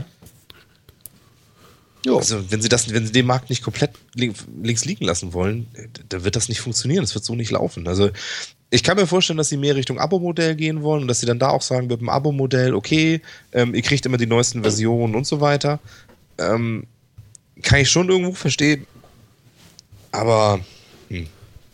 Jo. Also wenn sie das, wenn sie den Markt nicht komplett links liegen lassen wollen, dann wird das nicht funktionieren. Das wird so nicht laufen. Also ich kann mir vorstellen, dass sie mehr Richtung Abo-Modell gehen wollen und dass sie dann da auch sagen, mit dem Abo-Modell, okay, ähm, ihr kriegt immer die neuesten Versionen und so weiter. Ähm, kann ich schon irgendwo verstehen. Aber hm.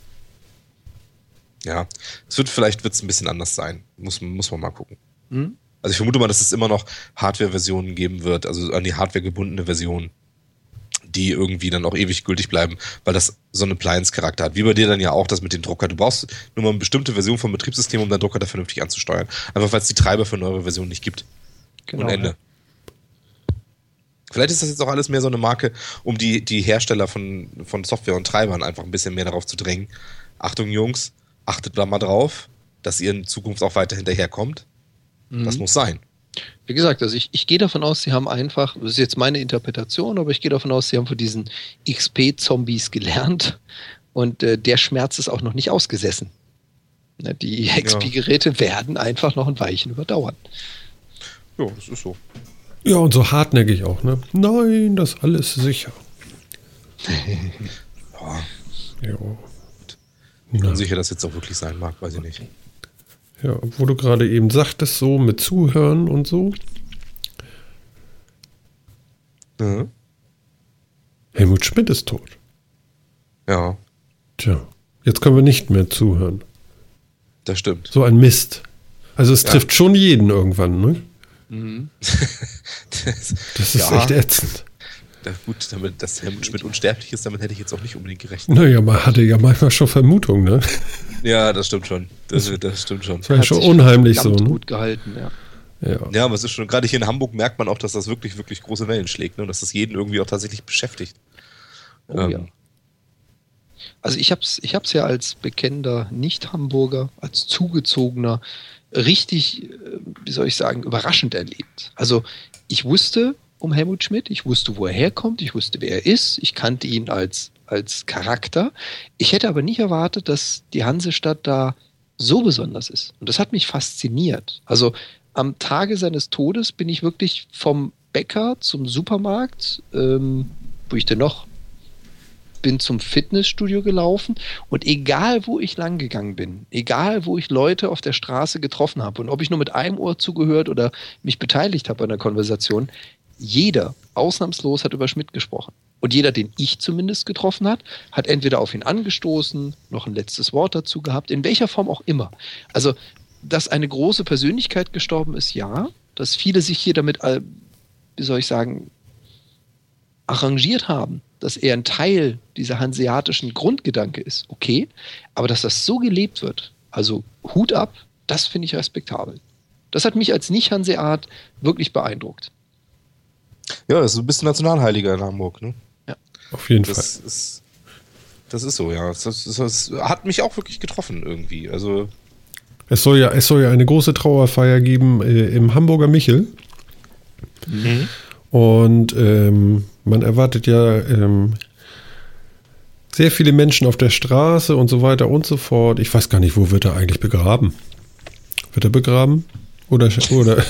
ja, es wird vielleicht wird's ein bisschen anders sein. Muss, muss man mal gucken. Mhm. Also ich vermute mal, dass es immer noch Hardware-Versionen geben wird, also an die Hardware gebundene Version, die irgendwie dann auch ewig gültig bleiben, weil das so einen Appliance-Charakter hat. Wie bei dir dann ja auch das mit dem Drucker. Du brauchst nur mal eine bestimmte Version vom Betriebssystem, um deinen Drucker da vernünftig anzusteuern. Einfach weil es die Treiber für neuere Versionen nicht gibt. Genau, und Ende. Ja. Vielleicht ist das jetzt auch alles mehr so eine Marke, um die, die Hersteller von, von Software und Treibern einfach ein bisschen mehr darauf zu drängen. Achtung Jungs, achtet da mal drauf, dass ihr in Zukunft auch weiter hinterherkommt. Mhm. Das muss sein. Wie gesagt, also ich, ich gehe davon aus, sie haben einfach, das ist jetzt meine Interpretation, aber ich gehe davon aus, sie haben von diesen X P-Zombies gelernt und äh, der Schmerz ist auch noch nicht ausgesessen. Ne, die X P-Geräte ja. werden einfach noch ein Weilchen überdauern. Ja, das ist so. Ja, und so hartnäckig auch, ne? Nein, das ist alles sicher. ja. Ja. Wie unsicher das jetzt auch wirklich sein mag, weiß ich nicht. Ja, wo du gerade eben sagtest, so mit Zuhören und so. Mhm. Helmut Schmidt ist tot. Ja. Tja, jetzt können wir nicht mehr zuhören. Das stimmt. So ein Mist. Also es ja. trifft schon jeden irgendwann, ne? Mhm. das, das ist ja. echt ätzend. Ja, gut, damit, dass Helmut Schmidt unsterblich ist, damit hätte ich jetzt auch nicht unbedingt gerechnet. Naja, man hatte ja manchmal schon Vermutungen, ne? Ja, das stimmt schon. Das, das stimmt schon. Das war ja schon unheimlich so, ne? Gut gehalten, ja. Ja. ja, aber es ist schon, gerade hier in Hamburg merkt man auch, dass das wirklich, wirklich große Wellen schlägt, ne? Und dass das jeden irgendwie auch tatsächlich beschäftigt. Oh, ähm. ja. Also ich hab's, ich hab's ja als bekennender Nicht-Hamburger, als Zugezogener richtig, wie soll ich sagen, überraschend erlebt. Also ich wusste um Helmut Schmidt, ich wusste, wo er herkommt, ich wusste, wer er ist, ich kannte ihn als, als Charakter. Ich hätte aber nicht erwartet, dass die Hansestadt da so besonders ist. Und das hat mich fasziniert. Also am Tage seines Todes bin ich wirklich vom Bäcker zum Supermarkt, ähm, wo ich denn noch bin zum Fitnessstudio gelaufen und egal, wo ich lang gegangen bin, egal, wo ich Leute auf der Straße getroffen habe und ob ich nur mit einem Ohr zugehört oder mich beteiligt habe an der Konversation, jeder, ausnahmslos, hat über Schmidt gesprochen. Und jeder, den ich zumindest getroffen hat, hat entweder auf ihn angestoßen, noch ein letztes Wort dazu gehabt, in welcher Form auch immer. Also, dass eine große Persönlichkeit gestorben ist, ja. Dass viele sich hier damit, wie soll ich sagen, arrangiert haben, dass er ein Teil dieser hanseatischen Grundgedanke ist, okay. Aber dass das so gelebt wird, also Hut ab, das finde ich respektabel. Das hat mich als Nicht-Hanseat wirklich beeindruckt. Ja, das ist ein bisschen Nationalheiliger in Hamburg, ne? Ja, auf jeden das Fall. Ist, das ist so, ja. Das, das, das hat mich auch wirklich getroffen irgendwie. Also es soll ja, es soll ja eine große Trauerfeier geben äh, im Hamburger Michel. Mhm. Und ähm, man erwartet ja ähm, sehr viele Menschen auf der Straße und so weiter und so fort. Ich weiß gar nicht, wo wird er eigentlich begraben? Wird er begraben? Oder, oder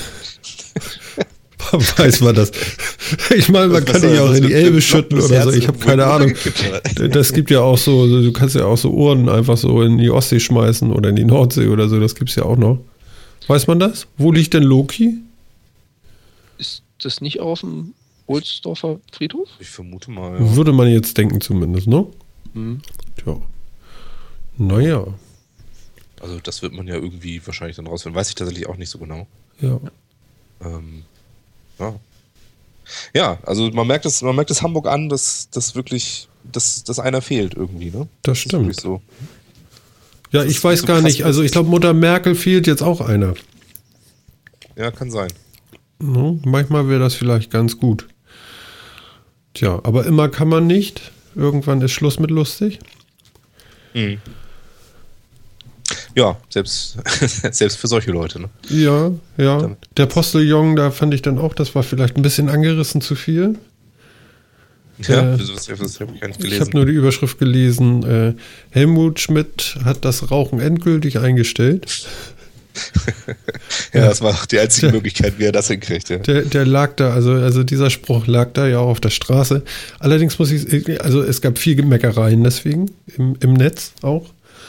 weiß man das? Ich meine, man kann ihn ja auch in die Elbe schütten oder so. Ich habe keine Ahnung. Das gibt ja auch so, du kannst ja auch so Urnen einfach so in die Ostsee schmeißen oder in die Nordsee oder so. Das gibt es ja auch noch. Weiß man das? Wo liegt denn Loki? Ist das nicht auf dem Ohlsdorfer Friedhof? Ich vermute mal, ja. Würde man jetzt denken zumindest, ne? Mhm. Tja. Naja. Also das wird man ja irgendwie wahrscheinlich dann rausfinden. Weiß ich tatsächlich auch nicht so genau. Ja. Ähm, ja. Ja, also man merkt es, man merkt es Hamburg an, dass, dass wirklich, dass, dass einer fehlt irgendwie, ne? Das stimmt. Ist so. Ja, ich weiß so gar krass, nicht. Also ich glaube, Mutter Merkel fehlt jetzt auch einer. Ja, kann sein. No, manchmal wäre das vielleicht ganz gut. Tja, aber immer kann man nicht. Irgendwann ist Schluss mit lustig. Mhm. Ja, selbst, selbst für solche Leute, ne? Ja, ja. Dann- Der Postillon, da fand ich dann auch, das war vielleicht ein bisschen angerissen zu viel. Ja, Äh, das, das, das habe ich gar nicht Ich gelesen. habe nur die Überschrift gelesen, äh, Helmut Schmidt hat das Rauchen endgültig eingestellt. ja, das war auch die einzige Möglichkeit, wie er das hinkriegt. Ja. Der, der lag da, also, also dieser Spruch lag da ja auch auf der Straße. Allerdings muss ich, also es gab viel Gemeckereien deswegen, im, im Netz auch.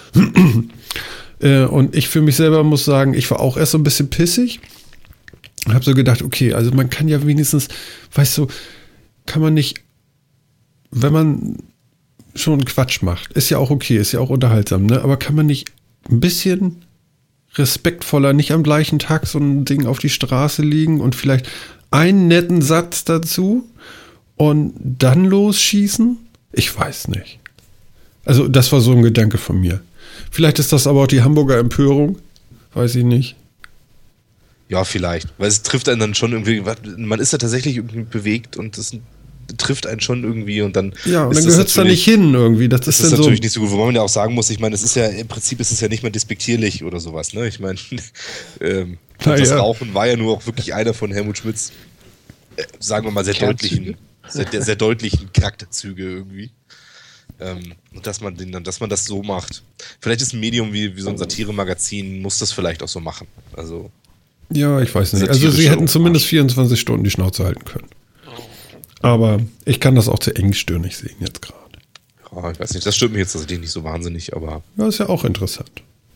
äh, und ich für mich selber muss sagen, ich war auch erst so ein bisschen pissig. Habe so gedacht, okay, also man kann ja wenigstens, weißt du, kann man nicht, wenn man schon Quatsch macht, ist ja auch okay, ist ja auch unterhaltsam, ne? Aber kann man nicht ein bisschen respektvoller, nicht am gleichen Tag so ein Ding auf die Straße liegen und vielleicht einen netten Satz dazu und dann losschießen? Ich weiß nicht. Also das war so ein Gedanke von mir. Vielleicht ist das aber auch die Hamburger Empörung, weiß ich nicht. Ja, vielleicht. Weil es trifft einen dann schon irgendwie, man ist ja tatsächlich irgendwie bewegt und das trifft einen schon irgendwie und dann. Ja, und ist dann das gehört es da natürlich- nicht hin irgendwie. Das, Das ist ist dann natürlich so. nicht so gut, wobei man ja auch sagen muss, ich meine, es ist ja, im Prinzip ist es ja nicht mehr despektierlich oder sowas, ne? Ich meine, ähm, Na das ja. Rauchen war ja nur auch wirklich einer von Helmut Schmidts, äh, sagen wir mal, sehr Kernzüge. deutlichen, sehr, sehr deutlichen Charakterzüge irgendwie. Ähm, und dass man den dann, dass man das so macht. Vielleicht ist ein Medium wie, wie so ein Satiremagazin, muss das vielleicht auch so machen. Also, Ja, ich weiß nicht. Also Satirische sie hätten zumindest Hommage. vierundzwanzig Stunden die Schnauze halten können. Aber ich kann das auch zu engstirnig sehen jetzt gerade. ja, ich weiß nicht, das stört mich jetzt tatsächlich nicht so wahnsinnig, aber, Ja, ist ja auch interessant.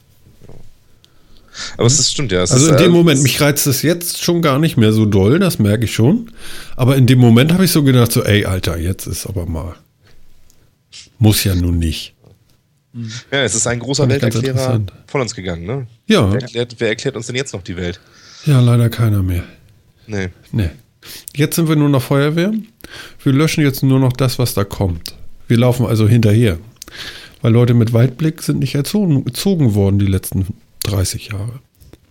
aber es ist, stimmt ja. Es Also ist, in dem äh, Moment, es- mich reizt es jetzt schon gar nicht mehr so doll, das merke ich schon. Aber in dem Moment habe ich so gedacht, so, ey, Alter, jetzt ist aber mal. Muss ja nun nicht. Ja, es ist ein großer Fand ich ganz Welterklärer interessant. von uns gegangen, ne? Ja, Wer erklärt, wer erklärt uns denn jetzt noch die Welt? ja, leider keiner mehr. Nee. Nee. Jetzt sind wir nur noch Feuerwehr. Wir löschen jetzt nur noch das, was da kommt. Wir laufen also hinterher. Weil Leute mit Weitblick sind nicht erzogen, erzogen worden die letzten dreißig Jahre.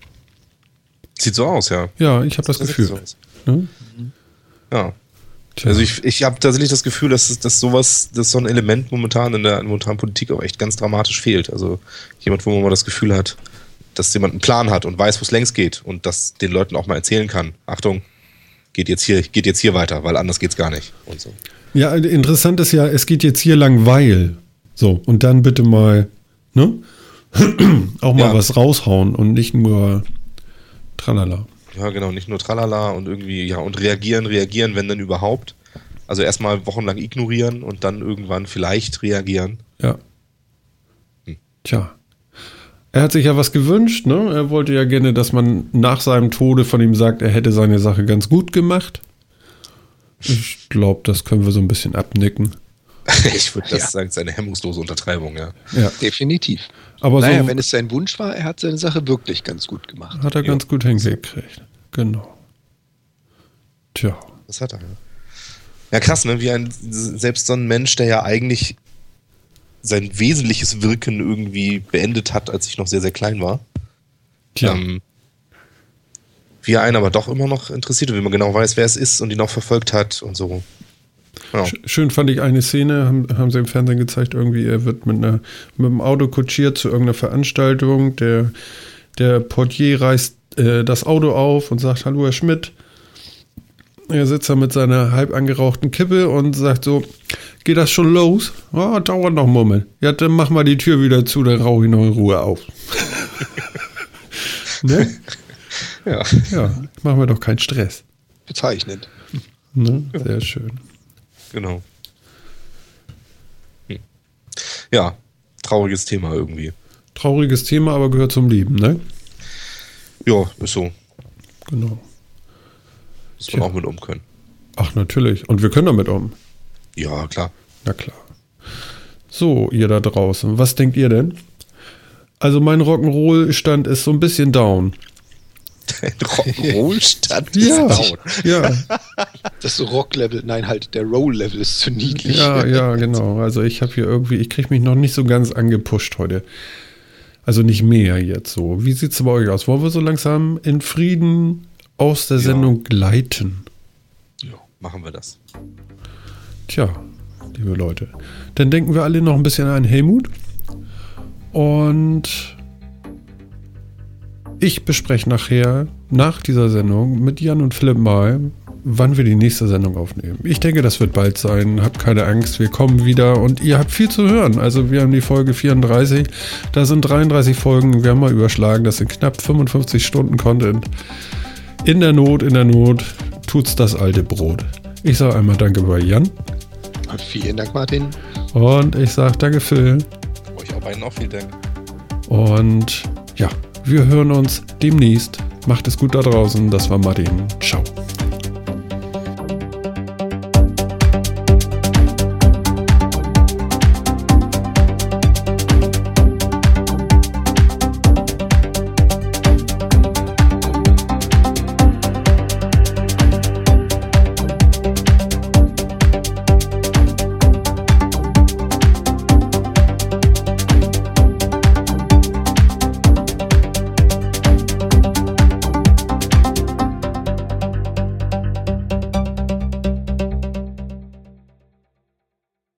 Sieht so aus, ja. Ja, ich habe das sieht Gefühl. so aus. Ne? Ja. Tja. Also ich, ich habe tatsächlich das Gefühl, dass, dass sowas, dass so ein Element momentan in der momentanen Politik auch echt ganz dramatisch fehlt. Also jemand, wo man mal das Gefühl hat, dass jemand einen Plan hat und weiß, wo es längst geht und das den Leuten auch mal erzählen kann. Achtung, geht jetzt hier, geht jetzt hier weiter, weil anders geht's gar nicht. Und so. Ja, interessant ist ja, es geht jetzt hier lang, weil. So, und dann bitte mal, ne? Auch mal Ja. was raushauen und nicht nur tralala. Ja, genau, nicht nur tralala und irgendwie, ja, und reagieren, reagieren, wenn dann überhaupt. Also erstmal wochenlang ignorieren und dann irgendwann vielleicht reagieren. Ja. Hm. Tja. Er hat sich ja was gewünscht, ne? Er wollte ja gerne, dass man nach seinem Tode von ihm sagt, er hätte seine Sache ganz gut gemacht. Ich glaube, das können wir so ein bisschen abnicken. Ich würde das Ja. sagen, es ist eine hemmungslose Untertreibung, ja. Ja. Definitiv. Aber naja, so wenn es sein Wunsch war, er hat seine Sache wirklich ganz gut gemacht. hat er Ja. ganz gut hingekriegt. Genau. Tja. Das hat er, ja. Ja, krass, ne? Wie ein, selbst so ein Mensch, der ja eigentlich sein wesentliches Wirken irgendwie beendet hat, als ich noch sehr, sehr klein war. Tja. Ähm, wie er einen aber doch immer noch interessiert und wie man genau weiß, wer es ist und ihn auch verfolgt hat und so. Ja. Sch- Schön fand ich eine Szene, haben, haben sie im Fernsehen gezeigt, irgendwie, er wird mit, einer, mit einem Auto kutschiert zu irgendeiner Veranstaltung. Der, der Portier reißt äh, das Auto auf und sagt, hallo Herr Schmidt. Er sitzt da mit seiner halb angerauchten Kippe und sagt so, geht das schon los? Oh, dauert noch einen Moment. Ja, dann mach mal die Tür wieder zu, dann rauche ich noch in Ruhe auf. Ne? Ja. Ja, machen wir doch keinen Stress. Bezeichnend. Ne? Sehr schön. Genau. Hm. Ja, trauriges Thema irgendwie. Trauriges Thema, aber gehört zum Leben, ne? Ja, ist so. Genau. Muss man Tja. auch mit um können. Ach, natürlich. Und wir können damit um. Ja, klar. Na klar. So, ihr da draußen, was denkt ihr denn? Also mein Rock'n'Roll-Stand ist so ein bisschen down. Rock'n'Roll-Stand Ja, ist laut. ja, Das Rock-Level, nein, halt, der Roll-Level ist zu niedlich. ja, ja, genau. Also ich habe hier irgendwie, ich kriege mich noch nicht so ganz angepusht heute. Also nicht mehr jetzt so. Wie sieht es bei euch aus? Wollen wir so langsam in Frieden aus der Ja. Sendung gleiten? Ja, machen wir das. Tja, liebe Leute. Dann denken wir alle noch ein bisschen an Helmut. Und ich bespreche nachher, nach dieser Sendung, mit Jan und Philipp mal, wann wir die nächste Sendung aufnehmen. Ich denke, das wird bald sein. Habt keine Angst, wir kommen wieder und ihr habt viel zu hören. Also wir haben die Folge vierunddreißig, da sind dreiunddreißig Folgen, wir haben mal überschlagen, das sind knapp fünfundfünfzig Stunden Content. In der Not, in der Not tut's das alte Brot. Ich sage einmal Danke bei Jan. Vielen Dank, Martin. Und ich sage Danke, Phil. Euch auch beiden auch vielen Dank. Und ja, wir hören uns demnächst. Macht es gut da draußen. Das war Martin. Ciao.